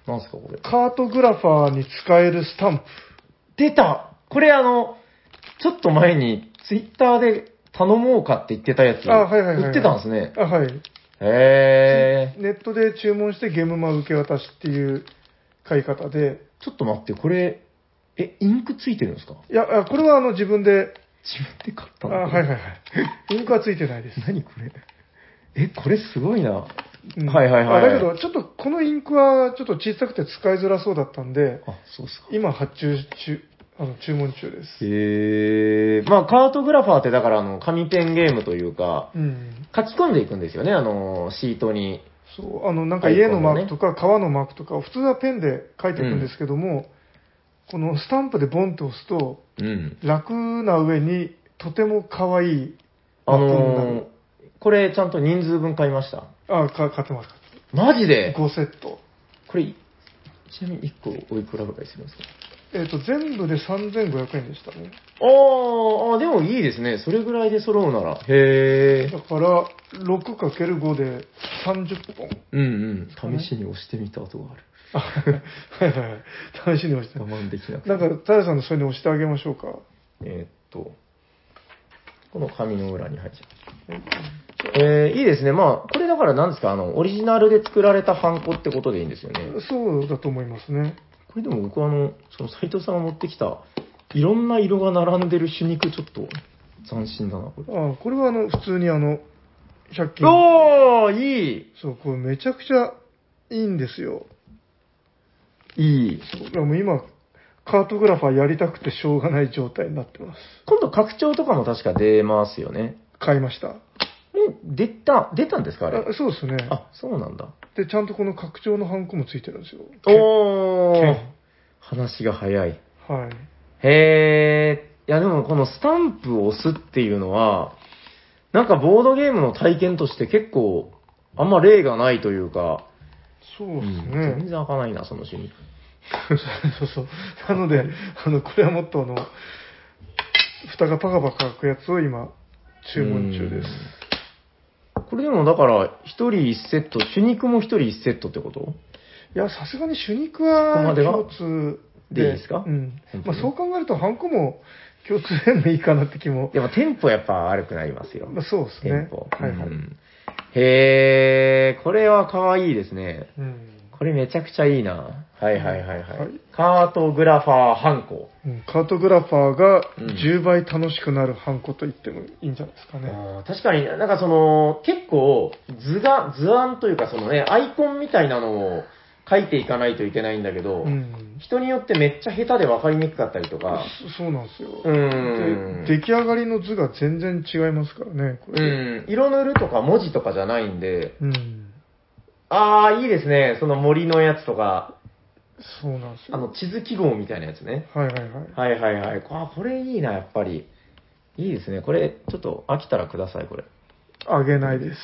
なんすかこれ。 カートグラファーに使えるスタンプ。 出たこれあの、ちょっと前にツイッターで頼もうかって言ってたやつ。 あ、はいはいはい、はい。 売ってたんですね。 あ、はい。 へー。 ネットで注文してゲームマ受け渡しっていう買い方で。 ちょっと待って、これ、え、インクついてるんですか？ いや、これはあの自分で。 自分で買ったあ、 の？ はいはいはい。インクはついてないです。 何これ。え、これすごいな。 うん、 はいはいはい。 あ、だけど、ちょっとこのインクはちょっと小さくて使いづらそうだったんで、 あ、そうっすか。 今発注中、あの注文中です。 へー。まあ、カートグラファーってだからあの、紙ペンゲームというか、 うん、 書き込んでいくんですよね、あの、シートに。 そう、あの、なんか家のマークとか川のマークとかを普通はペンで書いていくんですけども、うん、このスタンプでボンと押すと、うん、楽な上にとても可愛いあのー、これちゃんと人数分買いました。 あ、か買ってます。 マジで ? ご セット。 これ、ちなみにいっこおいくらぐらいするんですか？ えっ、と、全部でさんぜんごひゃくえんでしたね。 ああ、でもいいですね。それぐらいで揃うなら。へえ。 だから、ろくかけるご でさんじゅっぽん。 うんうん。試しに押してみた跡がある。 あはいはいはい。試しに押して。 我慢できなくて。 なんか、タヤさんのそれに押してあげましょうか。 えーっと、この紙の裏に入っちゃう。えー、いいですね。まあ、これだから何ですか、あの、オリジナルで作られたハンコってことでいいんですよね。 そうだと思いますね。これでも僕あの、その斉藤さんが持ってきた、いろんな色が並んでる手肉ちょっと斬新だな、これ。 ああ、これはあの、普通にあの、ひゃっ均。 おー、いい。 そう、これめちゃくちゃいいんですよ。 いい。 そう、でも今、カートグラファーやりたくてしょうがない状態になってます。 今度拡張とかも確か出ますよね。 買いました。 え、出た、出たんですかあれ。 あ、そうですね。 あ、そうなんだ。 で、ちゃんとこの拡張のハンコもついてるんですよ。 おー。話が早い。 はい。 へー。いやでもこのスタンプを押すっていうのは、なんかボードゲームの体験として結構、あんま例がないというか、 そうですね。うん、 全然開かないな、その趣味。 そうそう。なので、あの、これはもっとあの、蓋がパカパカ開くやつを今、注文中です。 これでもだから、一人一セット、主肉も一人一セットってこと？ いや、さすがに主肉は共通でいいですか？ うん。まあそう考えると、ハンコも共通でもいいかなって気も。 でもテンポやっぱ悪くなりますよ。 まあそうですね。 テンポ。 はいはい。うん、 へー、これは可愛いですね。 うん。 これめちゃくちゃいいな。はいはいはいはい。はい、カートグラファーハンコ。 うん、カートグラファーがじゅうばい楽しくなるハンコと言ってもいいんじゃないですかね。 あ確かに、なんかその、結構図が、図案というかそのね、アイコンみたいなのを書いていかないといけないんだけど、うん、人によってめっちゃ下手で分かりにくかったりとか。 そそうなんですよ。 うんで。出来上がりの図が全然違いますからね、これ。 うん。色塗るとか文字とかじゃないんで、 うん。 ああ、いいですね。その森のやつとか。 そうなんですよ。 あの、地図記号みたいなやつね。 はいはいはい。 はいはいはい。あ、これいいな、やっぱり。いいですね。これ、ちょっと飽きたらください、これ。 あげないです。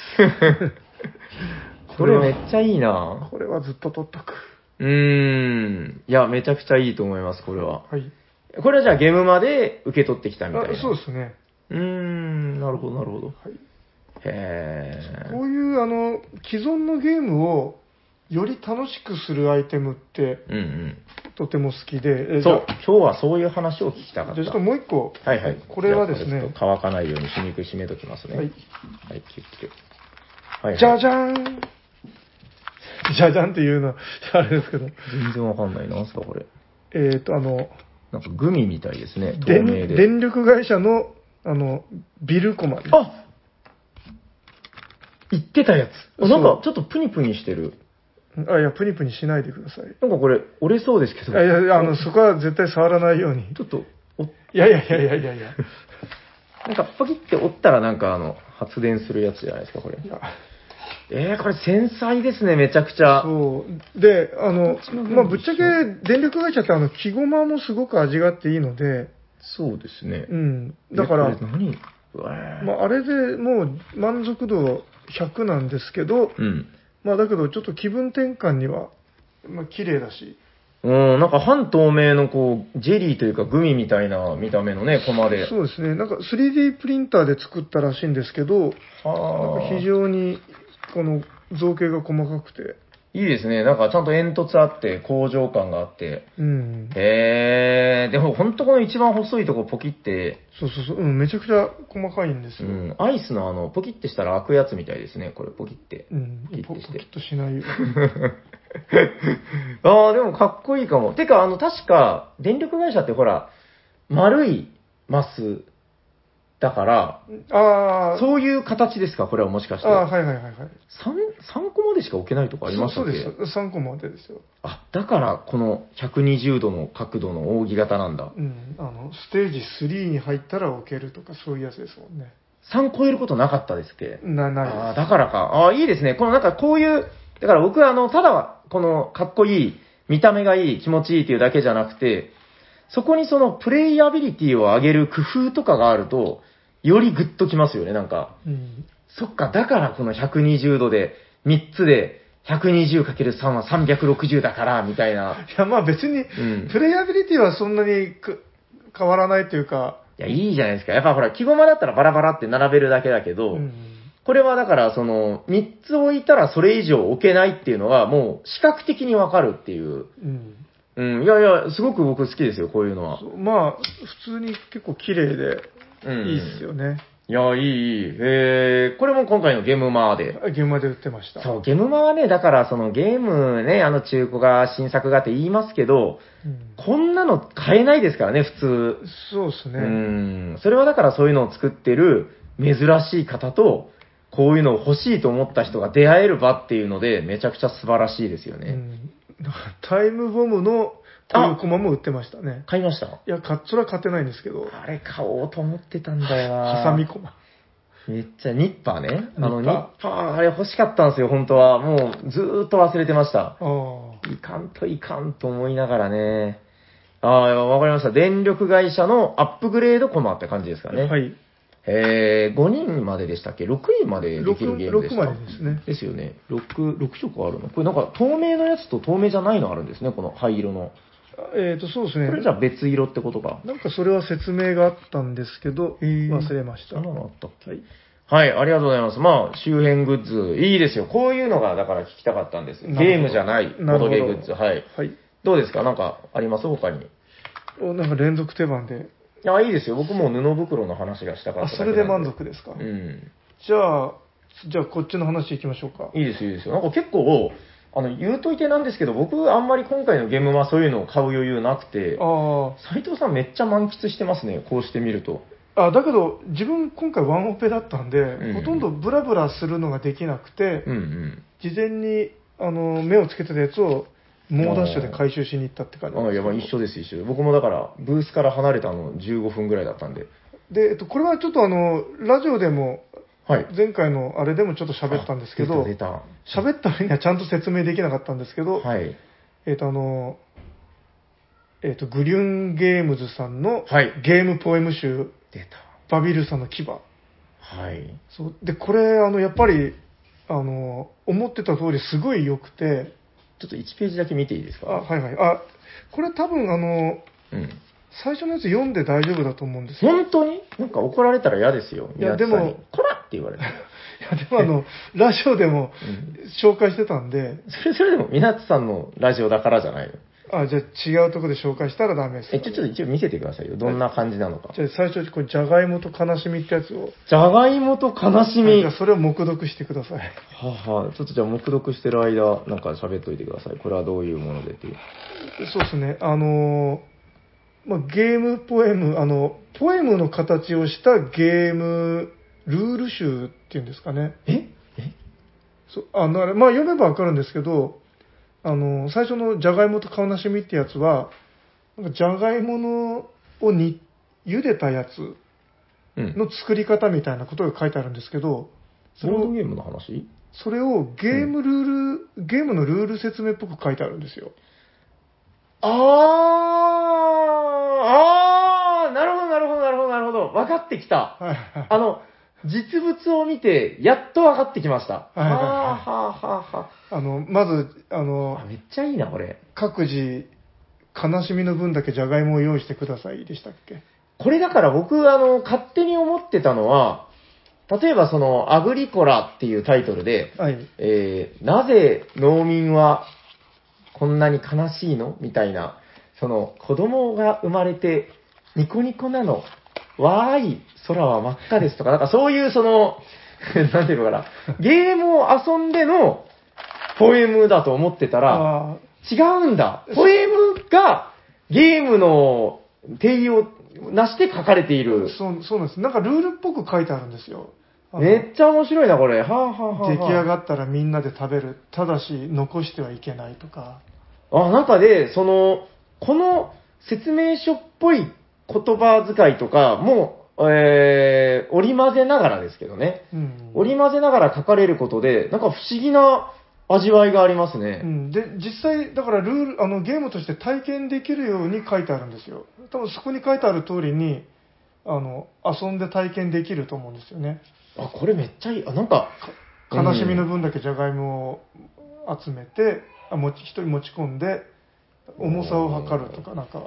これめっちゃいいな。 これはずっと取っとく。 うーん。いや、めちゃくちゃいいと思います、これは。 はい。 これはじゃあゲームまで受け取ってきたみたいな。 そうですね。 うーん、なるほど、なるほど。はい。 へー。こういう、あの、既存のゲームをより楽しくするアイテムって、うんうん、とても好きで。 そう、今日はそういう話を聞きたかった。 じゃあちょっともう一個。 はいはい。 これはですね。 ちょっと乾かないように主肉締めときますね。はい。はい、キュッキュッ。 はいはい、じゃじゃーんじゃじゃんっていうのは、あれですけど。 全然わかんない。なんすか、これ。 えっ、ー、と、あの、 なんかグミみたいですね。透明で。 電力会社の、あの、ビルコマです。 あ言ってたやつ。なんかちょっとプニプニしてる。 あ、いや、プニプニしないでください。 なんかこれ、折れそうですけど。 いやいや、あの、そこは絶対触らないように。 ちょっと、 おいやいやいやいやいやいや。 なんか、パキって折ったらなんかあの、発電するやつじゃないですか、これ。いやえー、これ繊細ですね、めちゃくちゃ。 そう。で、あの、まあ、ぶっちゃけ電力会社ってあの、木ごまもすごく味があっていいので。 そうですね。 うん。だから、 何まあ、あれでもう満足度ひゃくなんですけど、うん、まあ、だけどちょっと気分転換には、まあ、綺麗だし。 うん、なんか半透明のこう、ジェリーというかグミみたいな見た目のね、コマで。 そうですね。なんか スリーディー プリンターで作ったらしいんですけど、なんか非常にこの造形が細かくて。 いいですね。なんかちゃんと煙突あって、工場感があって。 うん。 へー。でも本当この一番細いとこポキって、 そうそうそう。うん、めちゃくちゃ細かいんですよ。 うん、アイスのあの、ポキってしたら開くやつみたいですね。これポキって。 うん。 ピッてしてポポキッとしないよ。 ああ、でもかっこいいかも。てか、あの、確か、電力会社ってほら、丸いマスだから、 ああ、 そういう形ですかこれはもしかして。 ああ、はいはいはいはい。 さん、三個までしか置けないとかありましたっけ？ そうそうです。さんこまでですよ。 あ、だからこのひゃくにじゅうどの角度の扇形なんだ。 うん。あの、ステージスリーに入ったら置けるとか、そういうやつですもんね。 さん超えることなかったですっけ？ な、ないです。 ああ、だからか。ああ、いいですね。このなんかこういう、だから僕はあの、ただ、このかっこいい、見た目がいい、気持ちいいっていうだけじゃなくて、そこにそのプレイアビリティを上げる工夫とかがあると、よりグッときますよね、なんか。 うん。 そっか、だからこのひゃくにじゅうどで、みっつで、ひゃくにじゅうかけるさん はさんびゃくろくじゅうだから、みたいな。 いや、まあ別に、 んプレイアビリティはそんなにく変わらないというか、 いや、いいじゃないですか。やっぱほら、木駒だったらバラバラって並べるだけだけど、 うん。 これはだから、その、みっつ置いたらそれ以上置けないっていうのは、もう視覚的にわかるっていう。 うん。 うん、いやいや、すごく僕好きですよ、こういうのは。 そうまあ、普通に結構綺麗で、 うんいいっすよね。 いや、いい、いい。へー、これも今回のゲームマーで。 現場で売ってました。 そう、ゲームマはね、だからそのゲームね、あの中古が新作がって言いますけど、 うん、 こんなの買えないですからね、普通。 そうですね。 うん。それはだからそういうのを作ってる珍しい方と、こういうのを欲しいと思った人が出会える場っていうので、めちゃくちゃ素晴らしいですよね。 うん、タイムボムのこういうコマも売ってましたね。 買いました？ いや、かそれは買ってないんですけど。 あれ買おうと思ってたんだよな。 ハサミコマ。 めっちゃ、ニッパーね。あの、ニッニッパパー、あれ欲しかったんですよ、本当は。もう、ずーっと忘れてました。 ああ。 いかんといかんと思いながらね。ああ、わかりました。電力会社のアップグレードコマって感じですかね。 はい。 えー、ごにんまででしたっけ ?ろく 人までできるゲームでしたろくまでですね。 ですよね。ろく、ろく色あるのこれなんか透明のやつと透明じゃないのあるんですね、この灰色の。 えっ、と、そうですね。 これじゃあ別色ってことか。 なんかそれは説明があったんですけど、忘れました。 そんなのあったっけはい。 はい、ありがとうございます。まあ、周辺グッズ、いいですよ。こういうのが、だから聞きたかったんです。 なるほどゲームじゃない、ボなるほどドゲグッズ。はい。 はい。 どうですかなんか、あります他に。 お、なんか連続手番で。 あ、いいですよ。僕も布袋の話がしたかっあ、 ただけそれで満足ですか。 うん。 じゃあ、じゃあこっちの話行きましょうか。 いいですよ、いいですよ。なんか結構、あの、言うといてなんですけど、僕、あんまり今回のゲームはそういうのを買う余裕なくて、 あ斉藤さんめっちゃ満喫してますね。こうしてみると。 あ。あ、だけど、自分今回ワンオペだったんで、 んほとんどブラブラするのができなくて、 うんうん。 事前に、あの、目をつけてたやつを、猛ダッシュで回収しに行ったって感じなんあ、 ですけど。 やばい、一緒です、一緒です。僕もだから、ブースから離れたのじゅうごふんぐらいだったんで。 で、えっと、これはちょっとあの、ラジオでも、 はい。 前回のあれでもちょっと喋ったんですけど、 あ出た、出喋った割にはちゃんと説明できなかったんですけど、 た。はい。 えっとあの、えっと、グリュンゲームズさんのはいゲームポエム集、 出た。 バビルさんの牙。 はい。 そうで、これ、あの、やっぱり、あの、思ってた通りすごい良くて、 ちょっといちページだけ見ていいですあ、 か？ はいはい。あ、これ多分あの、 うん。 最初のやつ読んで大丈夫だと思うんですよ。 本当になんか怒られたら嫌ですよ。 いや宮地さんにでもこらって言われて。 いや、でもあの、ラジオでも紹介してたんで、 それ、それでも、宮地さんのラジオだからじゃないの。 あ、じゃあ違うところで紹介したらダメですかえ、 ね、 ちょ、ちょっと一応見せてくださいよ。どんな感じなのか。 じゃあ最初、これ、じゃがいもと悲しみってやつを、 じゃがいもと悲しみ。はじゃあそれを目読してください。 あはあ、ちょっとじゃあ、目読してる間、なんか喋っといてください。これはどういうものでっていう。 そうですね、あのーまあ、ゲームポエム、あの、ポエムの形をしたゲームルール集っていうんですかね。 ええそうあのあれまあ、読めばわかるんですけど、あの最初のじゃがいもと悲しみってやつは、なんかじゃがいものをに茹でたやつうん。 の作り方みたいなことが書いてあるんですけど、それをボードゲームの話それをゲームルール、ゲームのルール説明っぽく書いてあるんですよ。 あー、あー、なるほど、なるほど、なるほど、なるほど。分かってきた。 はいはいあの、実物を見て、やっと分かってきました。 はいはいはいはあ、はあ、はあ、はあの、まず、ああ。 のあ、、めっちゃいいな、これ。 各自、悲しみの分だけじゃがいもを用意してくださいでしたっけ？ これだから僕、あの、勝手に思ってたのは、 例えばその、アグリコラっていうタイトルで、 はい。 えー、なぜ農民はこんなに悲しいのみたいな、その、子供が生まれてニコニコなの、わーい、空は真っ赤ですとか、なんかそういうその、なんていうのかな、ゲームを遊んでのポエムだと思ってたら、 あ違うんだ。ポエムがゲームの定義をなして書かれている。 そう、そうなんです。なんかルールっぽく書いてあるんですよ。あのめっちゃ面白いな、これ。はあ、はあはあ、 出来上がっったらみんなで食べる。ただし、残してはいけないとか。 あ、なんかで、その、この説明書っぽい言葉遣いとか、もう、えー、織り交ぜながらですけどね。 うん。 織り交ぜながら書かれることで、なんか不思議な味わいがありますね。 うん、で、実際、だからルール、あの、ゲームとして体験できるように書いてあるんですよ。多分そこに書いてある通りに、あの、遊んで体験できると思うんですよね。 あ、これめっちゃいい。あ、なんか、 悲しみの分だけじゃがいもを集めて、あ持ち一人持ち込んで、重さを測るとか、なんか、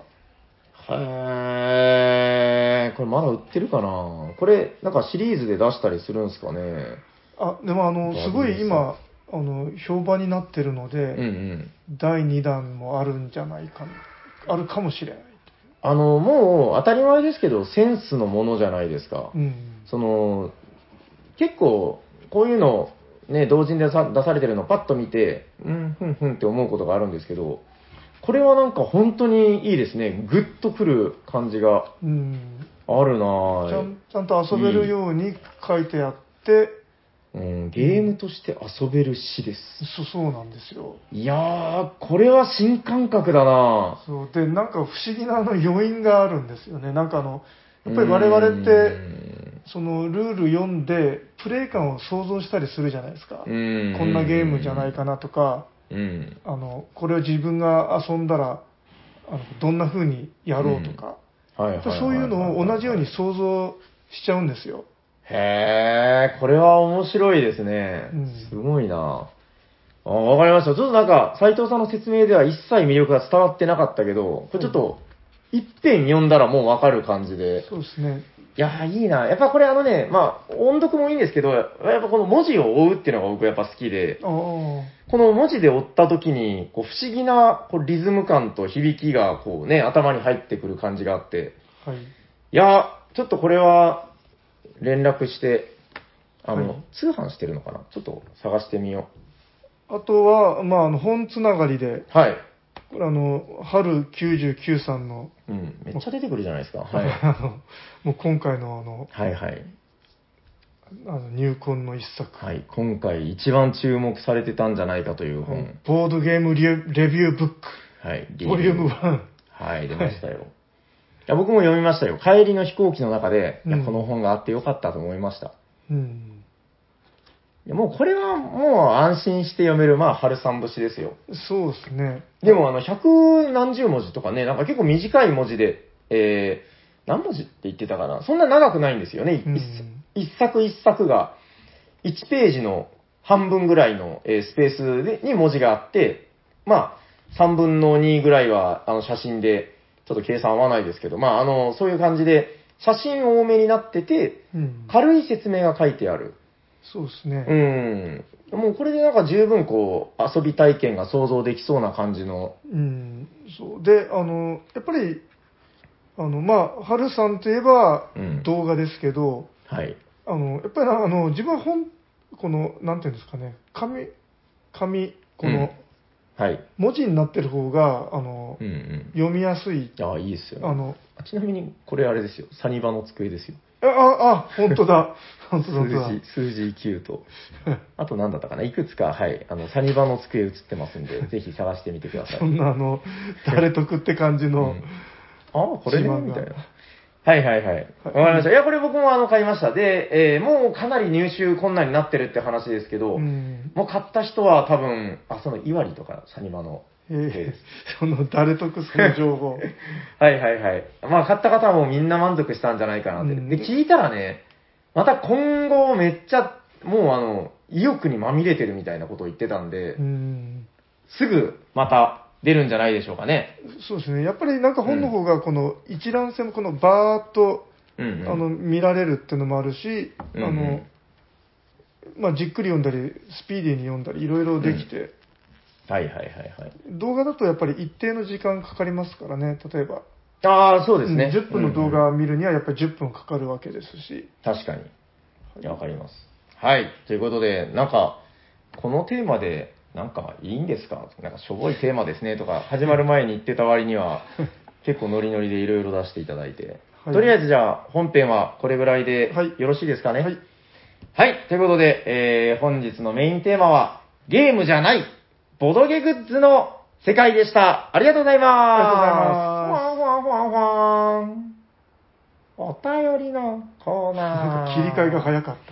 へー、これまだ売ってるかなこれ、なんかシリーズで出したりするんですかね。 あ、でもあの、すごい今、あの、評判になってるので、 うんうん。 だいにだんもあるんじゃないかな、あるかもしれない。 あの、もう当たり前ですけど、センスのものじゃないですか。 うん。 その、結構、こういうの、ね、同人でさ出されてるのをパッと見て、うん、ふんふんって思うことがあるんですけど、これはなんか本当にいいですね。グッとくる感じがうん。 あるなぁ。 ちゃんちゃんと遊べるように書いてあって、 うん、ゲームとして遊べる詩です。 そそうなんですよ。 いやー、これは新感覚だなぁ。 そうで、なんか不思議なあの余韻があるんですよね。なんかあの、やっぱり我う 々って、 んそのルール読んで、プレイ感を想像したりするじゃないですか。こうんんなゲームじゃないかなとか、 うんあの、これを自分が遊んだら、あのどんな風にやろうとか、 はいはいはいはいはいやっぱそういうのを同じように想像しちゃうんですよ。 へー、これは面白いですねうん。 すごいなあ、わかりました。ちょっとなんか、斉藤さんの説明では一切魅力が伝わってなかったけど、これちょっと、一遍読んだらもうわかる感じで。 そうですね。 いやー、いいな。やっぱこれあのね、まあ、音読もいいんですけど、やっぱこの文字を追うっていうのが僕やっぱ好きで、 ああ、 この文字で追った時に、こう不思議なこうリズム感と響きがこうね、頭に入ってくる感じがあって、 はい。 いやー、ちょっとこれは連絡して、あの、 はい通販してるのかなちょっと探してみよあとは、まあ、あの本つながりで、 う。はい。 これあの、春きゅうじゅうきゅうさんの、 うん、めっちゃ出てくるじゃないですか。はい。 あのもう今回のあの、 はいはい。 あの入魂の一作、 はい。今回一番注目されてたんじゃないかという本。 ボードゲームリレレビューブック、 はい。 ボリュームワン。 はい、出ましたよ。いや、僕も読みましたよ。帰りの飛行機の中で、いや、 うんこの本があってよかったと思いました。 うん。 いやもうこれはもう安心して読める、まあ、春三節ですよ。 そうですね。 でも、あの、百何十文字とかね、なんか結構短い文字で、えー、何文字って言ってたかな。そんな長くないんですよね。 うん一一作一作が、いちページの半分ぐらいの、えースペースでに文字があって、まあ、さんぶんのにぐらいは、あの、写真で、ちょっと計算合わないですけど、まあ、あの、そういう感じで、写真多めになってて、 うん。 軽い説明が書いてある。 そうですね。 うん。もうこれでなんか十分こう、遊び体験が想像できそうな感じの。 うん。そう。で、あの、やっぱり、あの、まあ、春さんといえばうん動画ですけど、 はい。 あの、やっぱりなあの、自分は本、この、なんていうんですかね、紙、紙、この、 うんはい。 文字になってる方が、あの、 うんうん。 読みやすい。 ああ、いいですよね。 あの、 あちなみに、これあれですよ。サニバの机ですよ。 あ、あ、あ本当だ。本当だ、本数当だ。 字、数字きゅうと。あと何だったかな。いくつか、はい。あの、サニバの机映ってますんで、ぜひ探してみてください。 そんなあの、誰得って感じの、 うんああ、これね、 自慢がみたいな。はいはいはい。わかりました。いや、これ僕もあの、買いました。で、えーもうかなり入手困難になってるって話ですけど、 うん。 もう買った人は多分、あ、その、いわりとか、サニバの。 えーその、誰得その情報。 はいはいはい。まあ、買った方はもうみんな満足したんじゃないかなって。 うんで、聞いたらね、また今後めっちゃ、もうあの、意欲にまみれてるみたいなことを言ってたんで、 うん。 すぐまた出るんじゃないでしょうかね。 そうですね。やっぱりなんか本の方が、この一覧性もこのバーっと、 うん、うん。 あの、見られるっていうのもあるし、 うんうんあの、 まあ、じっくり読んだり、スピーディーに読んだり、いろいろできて、 うん、はいはいはいはい。 動画だとやっぱり一定の時間かかりますからね、例えば。 ああ、そうですね。 うん、じゅっぷんの動画を見るにはやっぱりじゅっぷんかかるわけですし。 確かに。いやわかります。はい。ということで、なんか、このテーマで、なんかいいんですかなんかしょぼいテーマですねとか、始まる前に言ってた割には、結構ノリノリでいろいろ出していただいて。はい、とりあえずじゃあ、本編はこれぐらいでよろしいですかね。はい。はい。ということで、えー、本日のメインテーマは、ゲームじゃない、ボドゲグッズの世界でした。ありがとうございます。ありがとうございます。ふわんふわんふわんふわん。お便りのコーナー。 切り替えが早かった。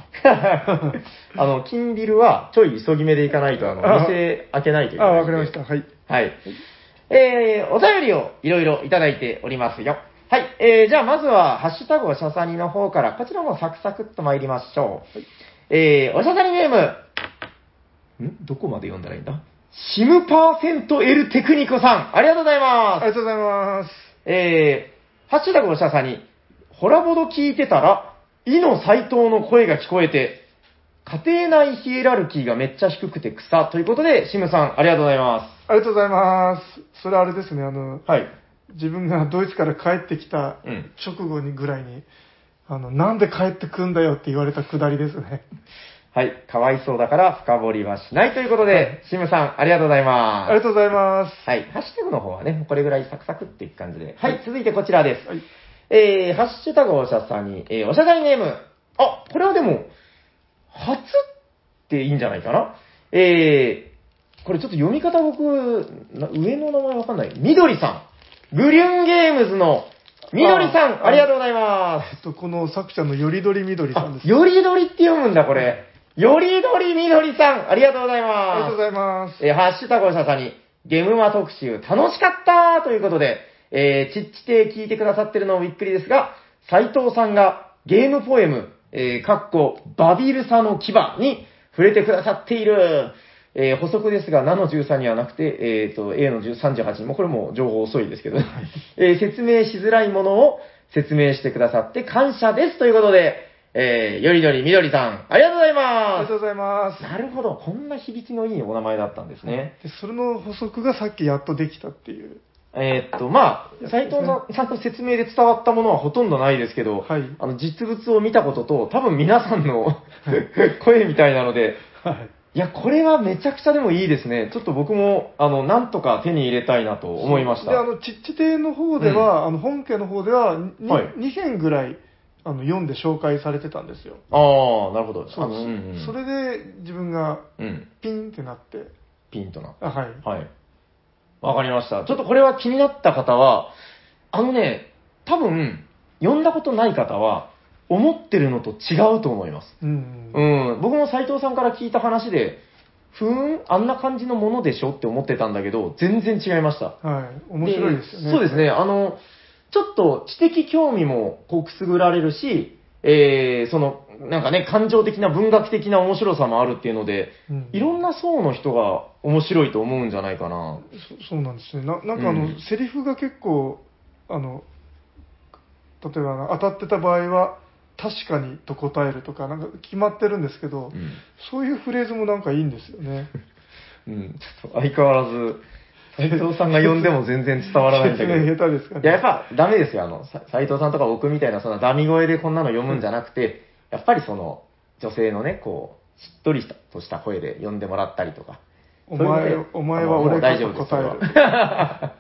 あの、金ビルはちょい急ぎ目でいかないと、あの、店開けないといけない。 あ、わかりました。はい。 はい。えー、お便りをいろいろいただいておりますよ。はい。えー、じゃあまずは、ハッシュタグおしゃさにの方から、こちらもサクサクっと参りましょう。はい、えー、おしゃさにネーム、んどこまで読んだらいいんだシムパーセント L テクニコさん、ありがとうございます。 ありがとうございます。 えー、ハッシュタグおしゃさに、ホラボド聞いてたら、イの斎藤の声が聞こえて、家庭内ヒエラルキーがめっちゃ低くて草ということで、シムさん、ありがとうございます。 ありがとうございます。それあれですね、あの、 はい。 自分がドイツから帰ってきた直後にぐらいに、うん、あの、なんで帰ってくんだよって言われたくだりですね。 はい。かわいそうだから深掘りはしないということで、はい、シムさん、ありがとうございます。 ありがとうございます。 はい。ハッシュタグの方はね、これぐらいサクサクっていく感じで。はい。はい、続いてこちらです。はい、えー、ハッシュタグおしゃさんに、えー、おしゃさにネーム。あ、これはでも、初っていいんじゃないかな。えー、これちょっと読み方僕、上の名前わかんない。みどりさん。グリュンゲームズのみどりさん、あ, ありがとうございます。 えっと、この作者のよりどりみどりさんです。 よりどりって読むんだ、これ。よりどりみどりさん、ありがとうございます。 ありがとうございます。 えー、ハッシュタグおしゃさに、ゲームマ特集楽しかったということで、えー、ちっちて聞いてくださってるのもびっくりですが、斉藤さんがゲームポエム、えー、かっこ、バビルサの牙に触れてくださっている。えー、補足ですが、なのじゅうさんにはなくて、えっ、ー、と、A のさんじゅうはちにも、これも情報遅いですけど、ねえー、説明しづらいものを説明してくださって感謝ですということで、えー、よりどりみどりさん、ありがとうございます。 ありがとうございます。 なるほど、こんな響きのいいお名前だったんですね。 でそれの補足がさっきやっとできたっていう。 えー、っと、まあ、斉藤さんと説明で伝わったものはほとんどないですけど、はい、あの、実物を見たことと、多分皆さんの声みたいなので、はい、いや、これはめちゃくちゃでもいいですね。ちょっと僕も、あの、なんとか手に入れたいなと思いました。 で、あの、ちっち亭の方では、うん、あの、本家の方ではに、はい、にへんぐらい、あの、読んで紹介されてたんですよ。 ああ、なるほど。 そうです、うんうん。それで、自分が、ピンってなって。うん、 ピンとなって。 あ、はい。 はい。わかりました。ちょっとこれは気になった方は、あのね、多分、読んだことない方は、思ってるのと違うと思います。うん、うん。僕も斉藤さんから聞いた話で、ふーん、あんな感じのものでしょって思ってたんだけど、全然違いました。 はい。面白いですよね。 そうですね。あの、ちょっと知的興味もこうくすぐられるし、えー、その、なんかね、感情的な文学的な面白さもあるっていうので、うん、いろんな層の人が面白いと思うんじゃないかな。 そそうなんですね。ななんかあの、うん、セリフが結構、あの、例えば当たってた場合は、確かにと答えるとか、なんか決まってるんですけど、うん、そういうフレーズもなんかいいんですよね。 うん、ちょっと相変わらず、斉藤さんが呼んでも全然伝わらないんだけど。 下手ですかね。 いや、やっぱダメですよ。あの、斉藤さんとか僕みたいなそんなダミ声でこんなの読むんじゃなくて、やっぱりその、女性のね、こう、しっとりとした声で呼んでもらったりとか。 お前、お前は俺が答える。 はい、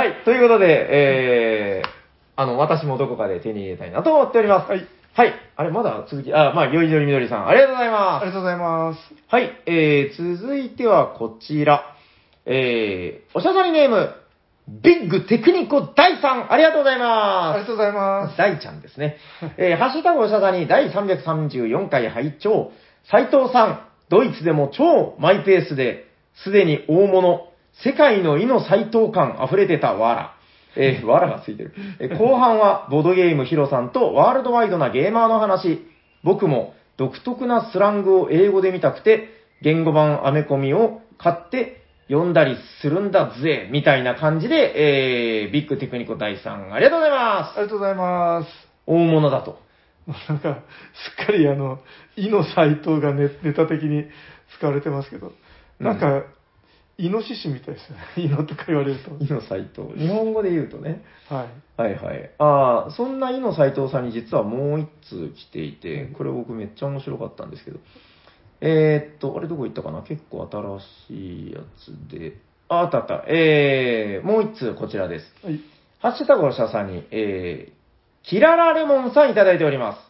ということで、えー、あの、私もどこかで手に入れたいなと思っております。はい。はい。あれ、まだ続き、あ、まあ、よいどりみどりさん、ありがとうございます。 ありがとうございます。 はい、えー、続いてはこちら。えー、おしゃさりネーム、ビッグテクニコ大さん、ありがとうございます。 ありがとうございます。 大ちゃんですね。えー、ハッシュタグおしゃさに第さんびゃくさんじゅうよんかい拝聴。斉藤さん、ドイツでも超マイペースで、すでに大物、世界の意の斉藤感溢れてたわら。えー、わらがついてる。えー、後半はボードゲームヒロさんとワールドワイドなゲーマーの話。僕も独特なスラングを英語で見たくて、言語版アメコミを買って読んだりするんだぜ、みたいな感じで、えー、ビッグテクニコ大さん、ありがとうございます。 ありがとうございます。 大物だと。 なんか、すっかりあの、イの斎藤がネネタ的に使われてますけど、なんか、イノシシみたいですよね。イノとか言われると。 イの斎藤。日本語で言うとね。 はい。 はいはい。ああ、そんなイの斎藤さんに実はもう一通来ていて、これ僕めっちゃ面白かったんですけど。えー、っと、あれどこ行ったかな、結構新しいやつで。あ、あったあった。えー、もう一通こちらです。 はい。 ハッシュタグおしゃさんに、えー、キララレモンさんいただいております。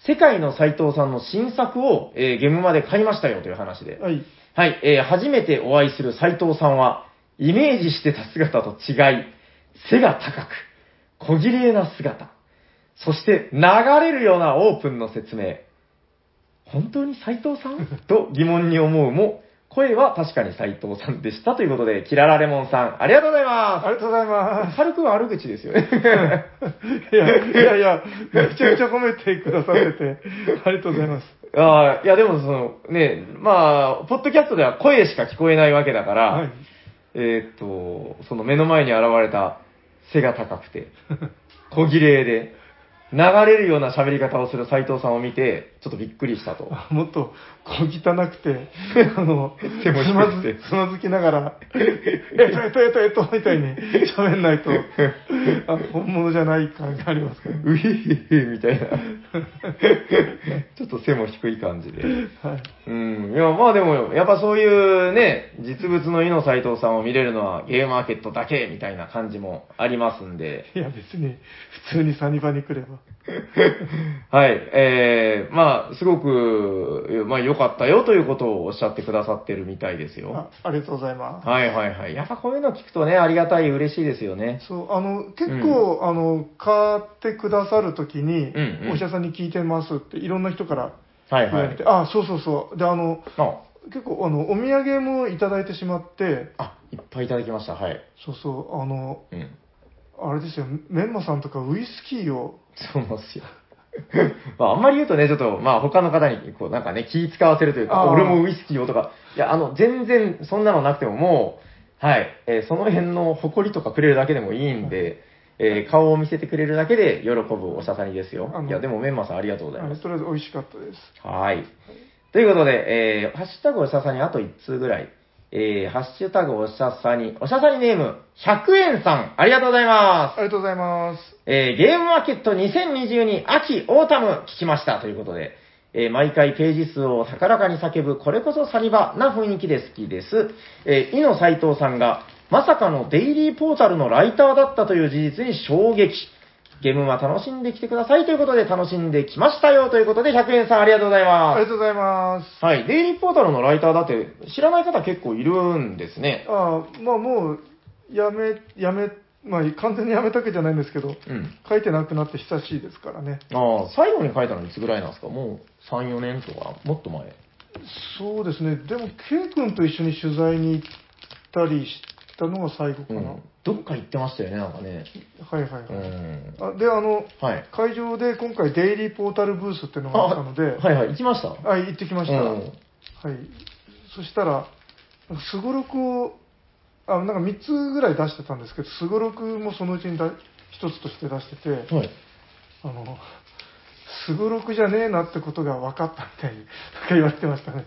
世界の斎藤さんの新作を、えー、ゲームまで買いましたよという話で。 はい。 はい、えー、初めてお会いする斎藤さんは、イメージしてた姿と違い、背が高く、小綺麗な姿、そして流れるようなオープンの説明。本当に斎藤さんと疑問に思うも、声は確かに斎藤さんでしたということで、キララレモンさん、ありがとうございます。 ありがとうございます。 軽く悪口ですよね。 いや、いやいや、めちゃくちゃ褒めてくださってて、ありがとうございます。 ああ、いやでもその、ね、まあ、ポッドキャストでは声しか聞こえないわけだから、 はい。 えーっと、その目の前に現れた背が高くて、小綺麗で、流れるような喋り方をする斉藤さんを見て、ちょっとびっくりしたと。 もっと小汚くて、あの、 手もつま低くてずつまずきながら、えっと、えっと、えっと、えっと、みたいに喋んないと、あ本物じゃない感がありますからね。 うひひひみたいな。ちょっと背も低い感じで。 はい。 うん。いや、まあでも、やっぱそういうね、実物の井野斉藤さんを見れるのはゲームマーケットだけみたいな感じもありますんで。 いや、別に、普通にサニバに来れば。 はい。えー、まあ、すごく、まあ良かったよということをおっしゃってくださってるみたいですよ。 あありがとうございます。 はいはいはい。やっぱこういうの聞くとね、ありがたい、嬉しいですよね。 そう、あの、結構、あの、買ってくださるときに、 うんうんお医者さんに聞いてますって、いろんな人からはいはい言われて、。あ、そうそうそう。で、あの、 あ、 結構、あの、お土産もいただいてしまって、 あ、いっぱいいただきました。はい。 そうそう、あの、 うん。 あれですよ、メンマさんとかウイスキーを、 そうなんですよ。まあ、あんまり言うとね、ちょっと、まあ、他の方に、こう、なんかね、気使わせるというか、 あー俺もウイスキーをとか、いや、あの、全然、そんなのなくても、もう、はい、えーその辺の誇りとかくれるだけでもいいんで、えー顔を見せてくれるだけで喜ぶおしゃさにですよあ。のいや、でも、メンマさんありがとうございます。 あのとりあえず美味しかったです。 はい。ということで、えー、ハッシュタグおしゃさにあといっ通ぐらい。えー、ハッシュタグおしゃさに、おしゃさにネーム、ひゃくえんさん、ありがとうございます。 ありがとうございます。 えーゲームマーケットにせんにじゅうに秋、オータム聞きましたということで、えー毎回ページ数を高らかに叫ぶ、これこそサニバな雰囲気で好きです。えー、井野斉藤さんが、まさかのデイリーポータルのライターだったという事実に衝撃。ゲームは楽しんできてくださいということで、楽しんできましたよということで、ひゃくえんさんありがとうございあます。 りがとうございます。 はい、デイリーポータルのライターだって知らない方結構いるんですね。 ああ、まあもう、やめ、やめ、まあ完全にやめたわけじゃないんですけど、 うん。 書いてなくなって久しいですからね。 ああ、最後に書いたのいつぐらいなんですか？もうさん、よねんとか、もっと前。 そうですね。でも、ケイ君と一緒に取材に行ったりしたのが最後かな。 うん。どっか行ってましたよね、なんかね。 はいはいはい。 うん。 あで、あの、 はい。 会場で今回デイリーポータルブースっていうのがあったので、 はいはい、行きました。 あ行ってきました。 うんはい。そしたら、すごろくを、あなんかみっつぐらい出してたんですけど、すごろくもそのうちにだひとつとして出してて、 はい。 あの、すごろくじゃねえなってことが分かったみたいになんか言われてましたね。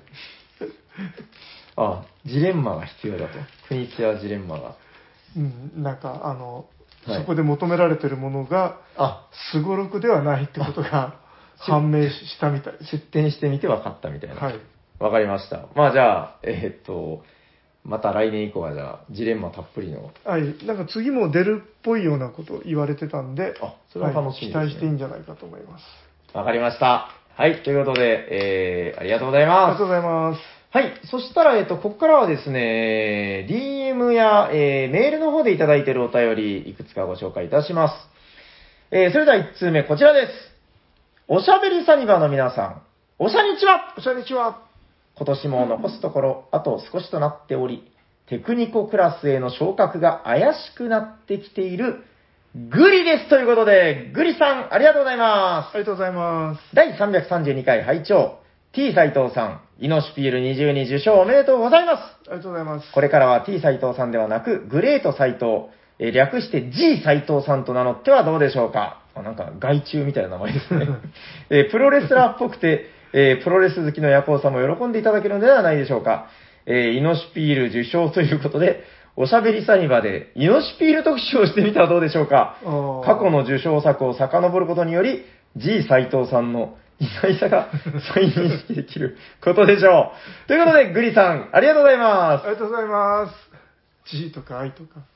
あ、ジレンマが必要だと。クニチアジレンマが。 うん、なんか、あの、 はいそこで求められてるものが、 あ、 すごろくではないってことが判明したみたいです。 出店してみて分かったみたいな。 はい。 わかりました。まあじゃあ、えーっと、また来年以降はじゃあ、ジレンマたっぷりの。 はい。なんか次も出るっぽいようなことを言われてたんで、 あそれは楽しみですねはい期待していいんじゃないかと思います。 わかりました。はい、ということで、えー、ありがとうございありますがとう。ございます。 はい。そしたら、えっと、ここからはですね、ディーエム や、えーメールの方でいただいているお便り、いくつかご紹介いたします。えーそれではいち通目、こちらです。おしゃべりサニバの皆さん、おしゃにちは。 おしゃにちは。 今年も残すところ、あと少しとなっており、テクニコクラスへの昇格が怪しくなってきている、グリです。ということで、グリさん、ありがとうございます。 ありがとうございます。 だいさんびゃくさんじゅうにかい拝聴 T 斎藤さん、イノシピールにじゅうに受賞おめでとうございます。 ありがとうございます。 これからは T 斎藤さんではなく、グレート斎藤、えー略して G 斎藤さんと名乗ってはどうでしょうか。 あ、なんか、害虫みたいな名前ですね。えープロレスラーっぽくて、えープロレス好きのヤコウさんも喜んでいただけるのではないでしょうか。えーイノシピール受賞ということで、おしゃべりサニバでイノシピール特集をしてみたらどうでしょうか。 あー過去の受賞作を遡ることにより、G 斎藤さんの意外さが再認識できることでしょう。ということで、グリさん、ありがとうございます。 ありがとうございます。G とか I とか。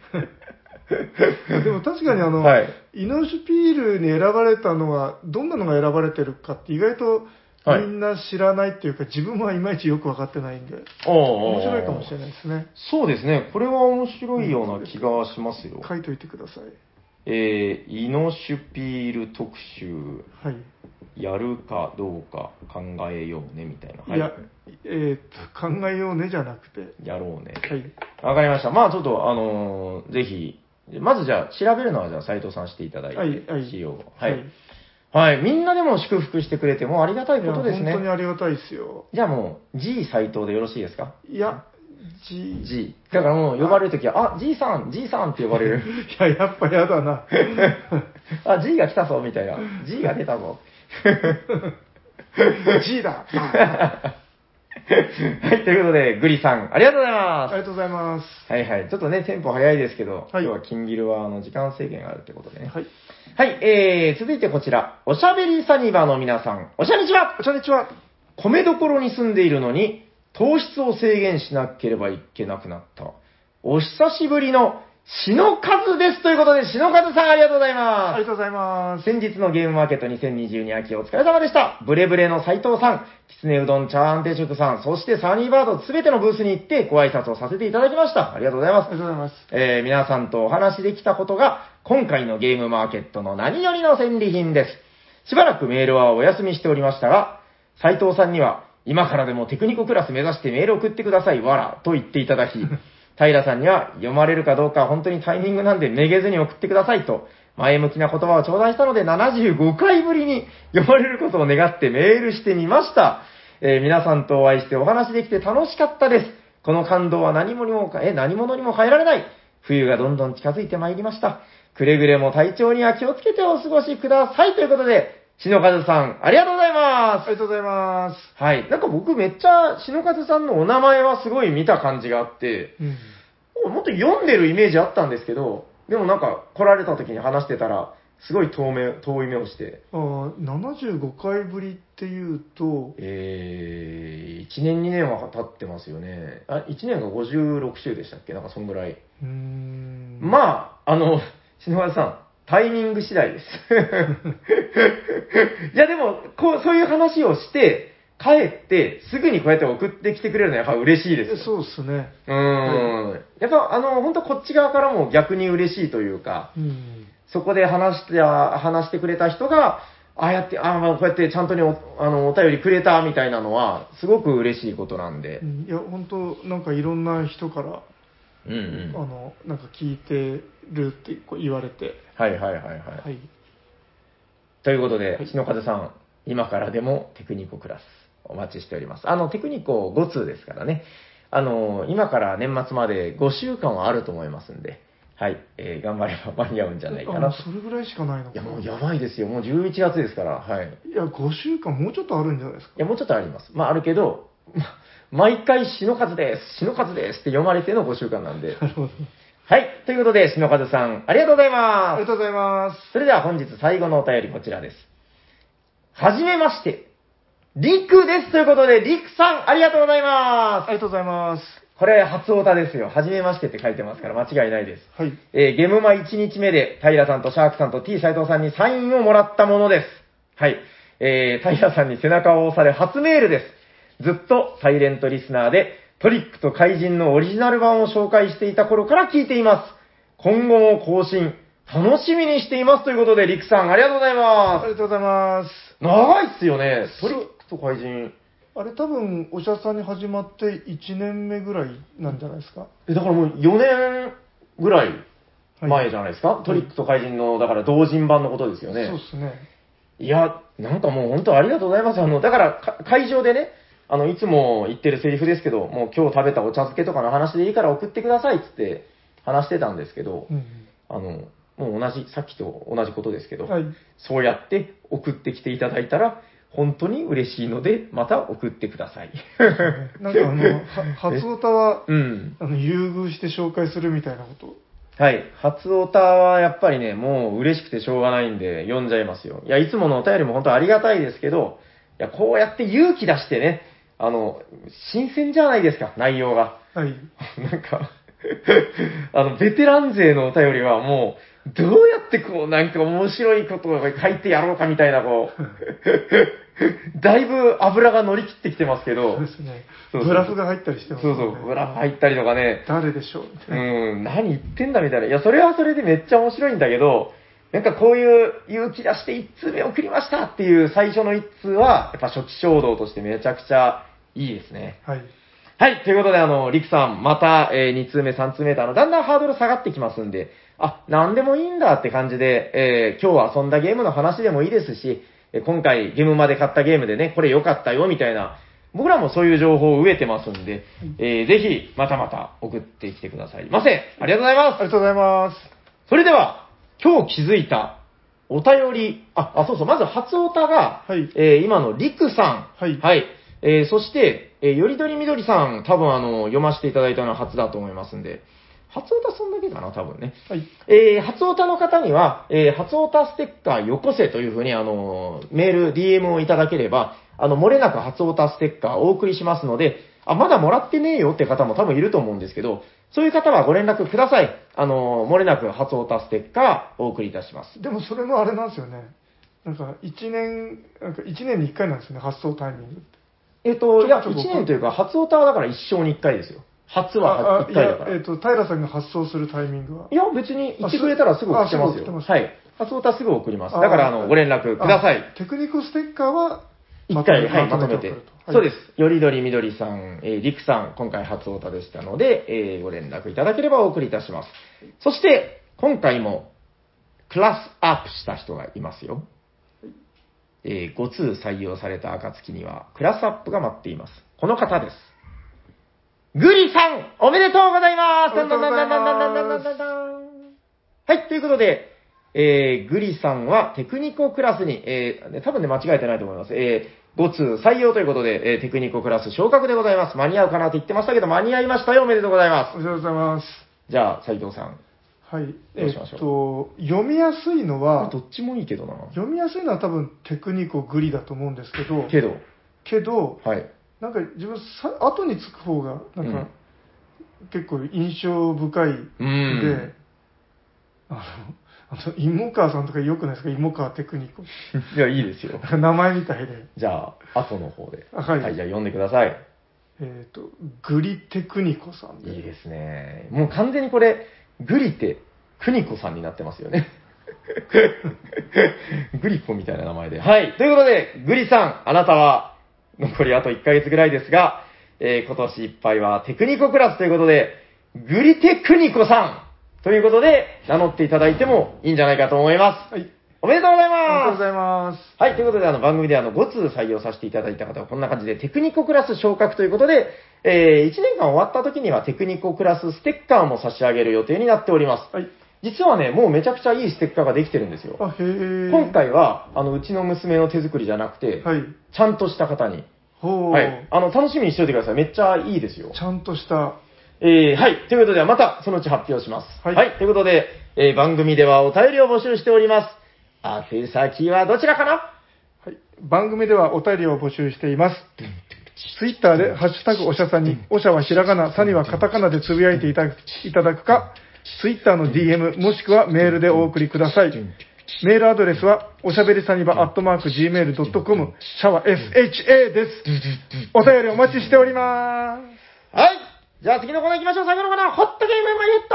でも確かにあの、 はいイノシピールに選ばれたのは、どんなのが選ばれてるかって意外とはいみんな知らないっていうか、自分はいまいちよく分かってないんで、 おーおー面白いかもしれないですね。 そうですね。これは面白いような気がしますよ。 書いといてください。 えー、イノシュピール特集、 はい。 やるかどうか考えようね、みたいな。はいいや、えーっと、考えようねじゃなくて、 やろうね。 はい。 わかりました。まあちょっと、あのーぜひ、まずじゃあ、調べるのはじゃあ、斉藤さんしていただいて、 はいはい資料を。はい。はい。みんなでも祝福してくれてもありがたいことですいや本当にね。 ありがたいですよ。 じゃあもう、G 斉藤でよろしいですか？ いや、G。 G。だからもう呼ばれるときは、あ、G さん、G さんって呼ばれる。 いや、やっぱやだな。 あ、G が来たぞ、みたいな。G が出たぞ。 G だ。 はい、ということで、グリさん、ありがとうございます。 ありがとうございます。 はいはい。ちょっとね、テンポ早いですけど、 はい今日は金ギルはあの時間制限があるってことでね。 はい。 はい、えー、続いてこちら、おしゃべりサニバの皆さん、おしゃにちは。 こんにちは。 米どころに住んでいるのに、糖質を制限しなければいけなくなった。お久しぶりの篠和です。ということで、篠和さんありがとうございあます。 りがとうございます。 先日のゲームマーケットにせんにじゅうに秋お疲れ様でした。ブレブレの斉藤さん、きつねうどんチャーハン定食さん、そしてサニーバードすべてのブースに行ってご挨拶をさせていただきました。ありがとうございますあ。りがとうございます。 えー皆さんとお話できたことが、今回のゲームマーケットの何よりの戦利品です。しばらくメールはお休みしておりましたが、斉藤さんには、今からでもテクニコクラス目指してメール送ってください、わら、と言っていただき、平さんには読まれるかどうか本当にタイミングなんでめげずに送ってくださいと、前向きな言葉を頂戴したのでななじゅうごかいぶりに読まれることを願ってメールしてみました。えー皆さんとお会いしてお話できて楽しかったです。この感動は何もにも、え、何者にも変えられない。冬がどんどん近づいてまいりました。くれぐれも体調には気をつけてお過ごしください。ということで、篠和さん、ありがとうございます。 ありがとうございます。 はい。なんか僕めっちゃ篠和さんのお名前はすごい見た感じがあって、 うん。 もっと読んでるイメージあったんですけど、でもなんか来られた時に話してたら、すごい遠目、遠い目をして、 あーななじゅうごかいぶりっていうと、 えー、いちねんにねんは経ってますよね。あ、いちねんがごじゅうろく週でしたっけ？なんかそんぐらい。 うーん。 まあ、あの、篠原さん、タイミング次第です。いやでもこう、そういう話をして、帰って、すぐにこうやって送ってきてくれるのはやっぱ嬉しいですよ。 そうですね。 うーん。やっぱ、あの、本当こっち側からも逆に嬉しいというか、 うん。 そこで話して、話してくれた人が、ああやって、ああ、まあこうやってちゃんとにおあのお便りくれたみたいなのは、すごく嬉しいことなんでう。んいや、本当なんかいろんな人から、 うんうん。 あの、なんか聞いてるってこう言われて、 はいはいはいはい。 はい。 ということで、 はい篠和さん、今からでもテクニコクラスお待ちしております。あの、テクニコご通ですからね。あの、今から年末までごしゅうかんはあると思いますんで、はい、えー頑張れば間に合うんじゃないかあなと。 それぐらいしかないのか。 いや、もうやばいですよ。もうじゅういちがつですから、はい。いいや、ごしゅうかんもうちょっとあるんじゃないですか。 や、もうちょっとあります。まあ、あるけど、ま毎回、篠和です、篠和ですって読まれてのごしゅうかんなんで。 なるほど。 はい。ということで、篠和さん、ありがとうございます。 ありがとうございます。 それでは本日最後のお便りこちらです。はじめまして、りくです。ということで、りくさん、ありがとうございます。 ありがとうございます。 これ、初オタですよ。はじめましてって書いてますから、間違いないです。 はい。 えーゲームマいちにちめで、平さんとシャークさんと T 斎藤さんにサインをもらったものです。はい。えー、平さんに背中を押され初メールです。ずっとサイレントリスナーで、トリックと怪人のオリジナル版を紹介していた頃から聞いています。今後も更新、楽しみにしていますということで、りくさん、ありがとうございあまりがとうございます。 す。長いっすよね。トリックと怪人。 あれ多分、おしゃさんに始まっていちねんめぐらいなんじゃないですか。 え、だからもうよねんぐらい前じゃないですか、 はいトリックと怪人の、だから同人版のことですよね。 そうですね。 いや、なんかもう本当ありがとうございます。あの、だからか会場でね、あの、いつも言ってるセリフですけど、もう今日食べたお茶漬けとかの話でいいから送ってくださいっつって話してたんですけど、 うんうん。 あの、 もう同じ、さっきと同じことですけど、 はい。 そうやって送ってきていただいたら、本当に嬉しいので、また送ってください。 なんかあの、は初オタは、 うん。 あの、優遇して紹介するみたいなこと。 はい。初オタはやっぱりね、もう嬉しくてしょうがないんで、読んじゃいますよ。いや、いつものお便りも本当ありがたいですけど、いや、こうやって勇気出してね、あの、新鮮じゃないですか、内容が。 はい。 なんか、あの、ベテラン勢のお便りはもう、どうやってこう、なんか面白いことを書いてやろうかみたいな、こう、だいぶ油が乗り切ってきてますけど、 そうですね。 そうそうブラフが入ったりしてますそうもんね。 そう、ブラフ入ったりとかね、 誰でしょうみたいな。 うん、何言ってんだみたいな。いや、それはそれでめっちゃ面白いんだけど、なんかこういう勇気出して一通目送りましたっていう最初の一通は、やっぱ初期衝動としてめちゃくちゃいいですね。 はい。 はい、ということで、あの、リクさん、また、えー、に通目、さん通目と、あの、だんだんハードル下がってきますんで、あ、なんでもいいんだって感じで、えー、今日遊んだゲームの話でもいいですし、えー今回ゲームまで買ったゲームでね、これ良かったよ、みたいな、僕らもそういう情報を植えてますんで、えー、ぜひ、またまた送ってきてくださいませ。ありがとうございます。 ありがとうございます。 それでは、今日気づいたお便り、あ、あ、そうそう、まず初オタが、 はいえー今のリクさん。 はいはい。えーそして、えーよりどりみどりさん、多分あの、読ませていただいたのは初だと思いますんで、初オタそんだけかな、多分ね。 はい。 えー初オタの方には、えー初オタステッカーよこせというふうに、あの、メール、ディーエム をいただければ、あの、漏れなく初オタステッカーをお送りしますので、あ、まだもらってねえよって方も多分いると思うんですけど、そういう方はご連絡ください。あの、漏れなく初オタステッカーお送りいたします。 でもそれもあれなんですよね。なんか一年、なんか一年に一回なんですよね、発送タイミングって。 えっと、いや、 ちょこちょこいちねんというか、初オタはだから一生に一回ですよ。初はあいっかいだから。 いや、えっ、と、平さんが発送するタイミングは。 いや、別に言ってくれたらすぐ送ってますよ。 あすぐ送ってますはい。初オタすぐ送ります。 あだから、あの、ご連絡ください。 あテクニコステッカーは、 一回、はい、まとめて。 送ると。 そうですす。よりどりみどりさん、えー、りくさん、今回初オタでしたので、えーご連絡いただければお送りいたします。そして、今回も、クラスアップした人がいますよ。えーご通採用された暁には、クラスアップが待っています。この方です。グリさん、おめでとうございますおめでとうございますはい、ということで、えー、グリさんはテクニコクラスに、えー、ね多分ね、間違えてないと思います。えー、ご通採用ということで、えー、テクニコクラス昇格でございます。間に合うかなって言ってましたけど、間に合いましたよ。おめでとうございまおめでとうございます。 す。じゃあ、斉藤さん。 はい。 どえっうしましょうと、読みやすいのはど、っちもいいけどな。 読みやすいのは多分テクニコグリだと思うんですけど、 けど、 けど、 はい。 なんか自分さ、後につく方が、なんか、結構印象深いんで、 うんあの、あの、芋川さんとかよくないですか、芋川テクニコ。 いや、いいですよ。 名前みたいで。 じゃあ、後の方で。 あはいじゃあ読んでください。 えっ、と、グリテクニコさんで。 いいですね。もう完全にこれ、グリテ、クニコさんになってますよね。グリコみたいな名前で。はい。ということで、グリさん、あなたは、残りあといっかげつぐらいですが、えー今年いっぱいはテクニコクラスということで、グリテクニコさんということで、名乗っていただいてもいいんじゃないかと思います。 はい。 おめでとうございありがとうますございます。 はい、ということで、あの、番組であの、ご通採用させていただいた方は、こんな感じで、テクニコクラス昇格ということで、えー、いちねんかん終わった時には、テクニコクラスステッカーも差し上げる予定になっております。 はい。 実はね、もうめちゃくちゃいいステッカーができてるんですよ。 あ、へえ。 今。回は、あの、うちの娘の手作りじゃなくて、 はい。 ちゃんとした方に、 ほう。 はい、あの、楽しみにしておいてください。めっちゃいいですよ。 ちゃんとした。 えー、はい。ということで、またそのうち発表します。 はいということで、えー番組ではお便りを募集しております。宛先はどちらかなはい。番組ではお便りを募集しています。ツイッターで、ハッシュタグおしゃさに、おしゃはひらがな、さにはカタカナでつぶやいていただくいただくか、ツイッターの ディーエム、もしくはメールでお送りください。メールアドレスは、おしゃべりさにばアットマーク ジーメールドットコム、シャワー エスエイチエー です。お便りお待ちしております。 はい。じゃあ次のコーナー行きましょう。最後のコーナー、ホットゲームマリ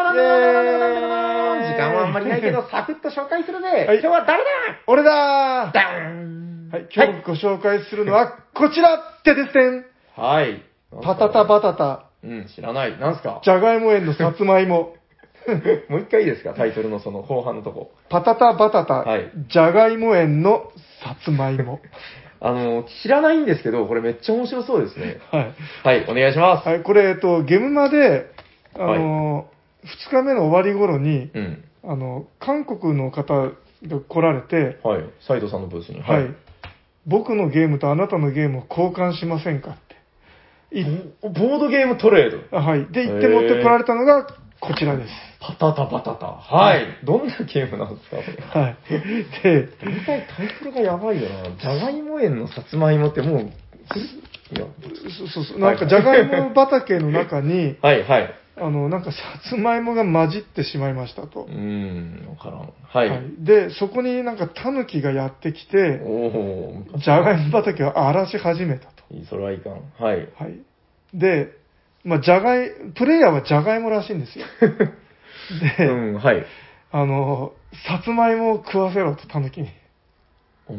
エット時間はあんまりないけど、サクッと紹介するぜ。 はい今日は誰だ俺だーダーンはい、今日ご紹介するのは、こちらてですてんはい。 パタタバタタ、 うん、知らない。なんすかじゃがいも園のさつまいも。 もう一回いいですかタイトルのその後半のとこ。 パタタバタタ、 はいじゃがいも園のさつまいも。 あの、知らないんですけど、これめっちゃ面白そうですね。 はい。 はい、お願いします。 はい、これ、えっと、ゲムマで、あの、二日目の終わり頃に、 うん。 ああの、韓国の方が来られて、 はい。斉藤さんのブースに。 はい。僕のゲームとあなたのゲームを交換しませんかって。いボードゲームトレード。 はい。で、行って持ってこられたのがこちらです。 パタタパタタ。はい。どんなゲームなんですか、これ。 はい。で、 大体タイトルがやばいよな。じゃがいも園のさつまいもってもう、いや、 そうそうそう。なんかじゃがいも畑の中に、 はいはい。 あの、なんかさつまいもが混じってしまいましたと。 うーん、わからん。はい。はい、 で、そこになんかタヌキがやってきて、 おじゃがいも畑を荒らし始めたと。 それはいかん。はい。 はい。で、まあ、じゃがい、プレイヤーはじゃがいもらしいんですよ。で、 うん、はい。 あの、さつまいもを食わせろと、タヌキに。 うん、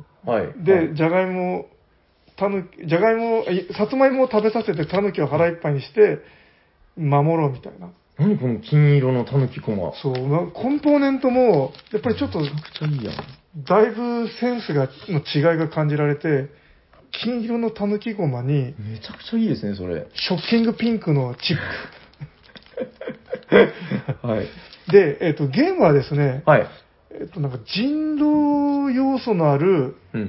はい。 で、 はい、 じゃがいもを、たぬき、じゃがいも、さつまいもを食べさせてタヌキを腹いっぱいにして、守ろうみたいな。 何この金色のタヌキコマ。 そう、まあ、コンポーネントも、やっぱりちょっと、 めちゃくちゃいいやん。 だいぶセンスが、の違いが感じられて、金色のタヌキゴマに、 めちゃくちゃいいですね、それ。 ショッキングピンクのチップ。はい。 で、えっ、と、ゲームはですね、 はい。 えっ、と、なんか人狼要素のある、 うん。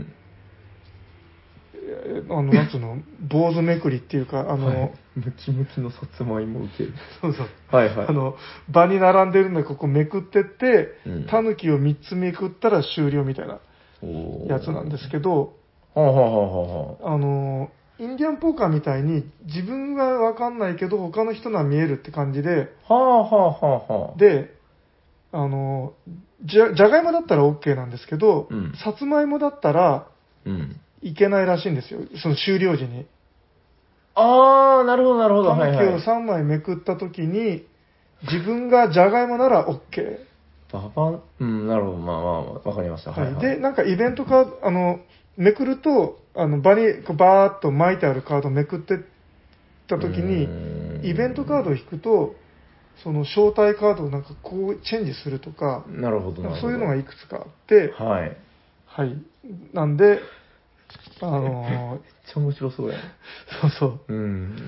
あの、なんつうの、坊主めくりっていうか、あの、はい、 ムキムキのさつまいも受ける。 そうそう。 はいはい。 あの、場に並んでるんで、ここめくってって、タヌキをみっつめくったら終了みたいなやつなんですけど、 はあはあはあはあ、あの、インディアンポーカーみたいに自分がわかんないけど他の人のは見えるって感じで、 はあはあはあはあ。 で、あの、じゃ、じゃがいもだったら OK なんですけど、 うん、 さつまいもだったら、 うん。 いけないらしいんですよ。その終了時に。 あー、なるほど、なるほど。 タヌキをさんまいめくった時に、自分がじゃがいもなら OK。 ババうん、なるほど。まあまあ、わかりました。 はい。 はいはい、 で、なんかイベントカード、あの、めくると、あの、場にバーっと巻いてあるカードをめくってった時に、イベントカードを引くと、その招待カードをなんかこうチェンジするとか、 なるほど、なるほど。 そういうのがいくつかあって、 はい。 はい。なんで、あのー、 めっちゃ面白そうやね。 そうそう。 うん。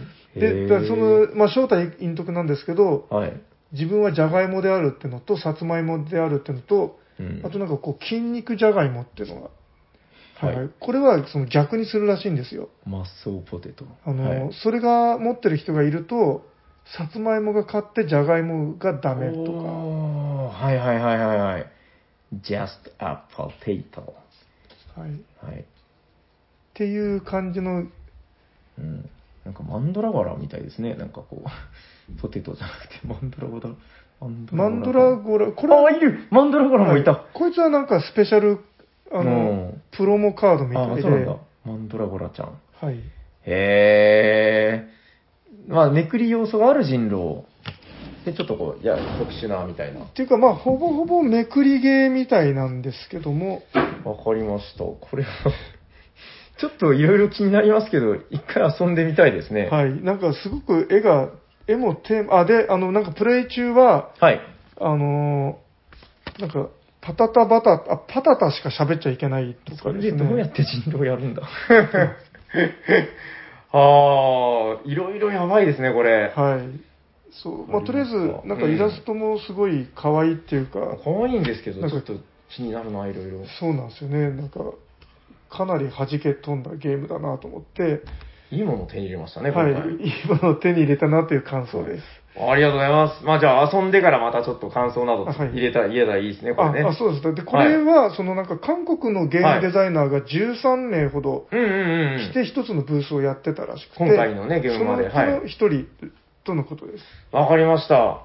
で、だその、まあ、正体陰徳なんですけど、 はい、 自分はじゃがいもであるってのと、さつまいもであるってのと、うん、あとなんかこう、筋肉じゃがいもっていうのが、はい、はい。これはその逆にするらしいんですよ。 マッソーポテト。 あの、 はい、 それが持ってる人がいると、さつまいもが勝ってじゃがいもがダメとか。 はいはいはいはいはい。just a potato。 はい。 はい。 っていう感じの、 うん。なんかマンドラゴラみたいですね。なんかこう、ポテトじゃなくて、マンドラゴラ。 マンドラゴラ、 これ、あ、いるマンドラゴラもいた、 はい。こいつはなんかスペシャル、あの、プロモカードみたいで。 あ、そうなんだ。マンドラゴラちゃん。 はい。 へー。まあ、めくり要素がある人狼。で、ちょっとこう、いや、特殊な、みたいな。 っていうか、まあ、ほぼほぼめくりゲーみたいなんですけども。 わかりました。これはちょっといろいろ気になりますけど、一回遊んでみたいですね。 はい。なんかすごく絵が、絵もテーマ、あ、で、あの、なんかプレイ中は、 はい。 あのー、なんか、パタタバタ、あ、パタタしか喋っちゃいけないとかですね。 それでどうやって人狼やるんだあー、いろいろやばいですね、これ。 はい。そう。まあ、とりあえず、なんかイラストもすごい可愛いっていうか。 可愛いんですけど、ちょっと気になるな、いろいろ。 そうなんですよね。なんか、かなり弾け飛んだゲームだなと思って。 いいものを手に入れましたね、 はい。 今回。 いいものを手に入れたなという感想です。 ありがとうございます。まあじゃあ遊んでからまたちょっと感想など入れたら、はい、言えたらいいですね、これね。 あ、あそうです。で、これは、はい、そのなんか韓国のゲームデザイナーがじゅうさんめいほど来て一つのブースをやってたらしくて、 今回のね、ゲームまで。 そのうちの一人とのことです。 わ、はい、かりました。 はい。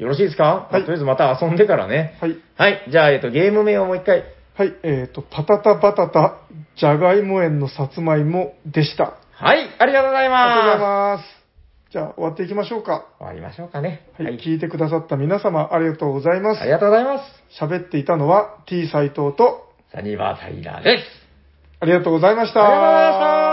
よろしいですか？はい。とりあえずまた遊んでからね。 はい。 はい。じゃあ、えっと、ゲーム名をもう一回。 はい。えっと、パタタバタタ、じゃがいも園のさつまいもでした。 はい。ありがとうございます。 ありがとうございます。じゃあ、終わっていきましょうか。 終わりましょうかね。 はい。はい、聞いてくださった皆様、ありがとうございます。 ありがとうございます。 喋っていたのは T 斎藤とサニバータイラーです。 ありがとうございました。 ありがとうございました。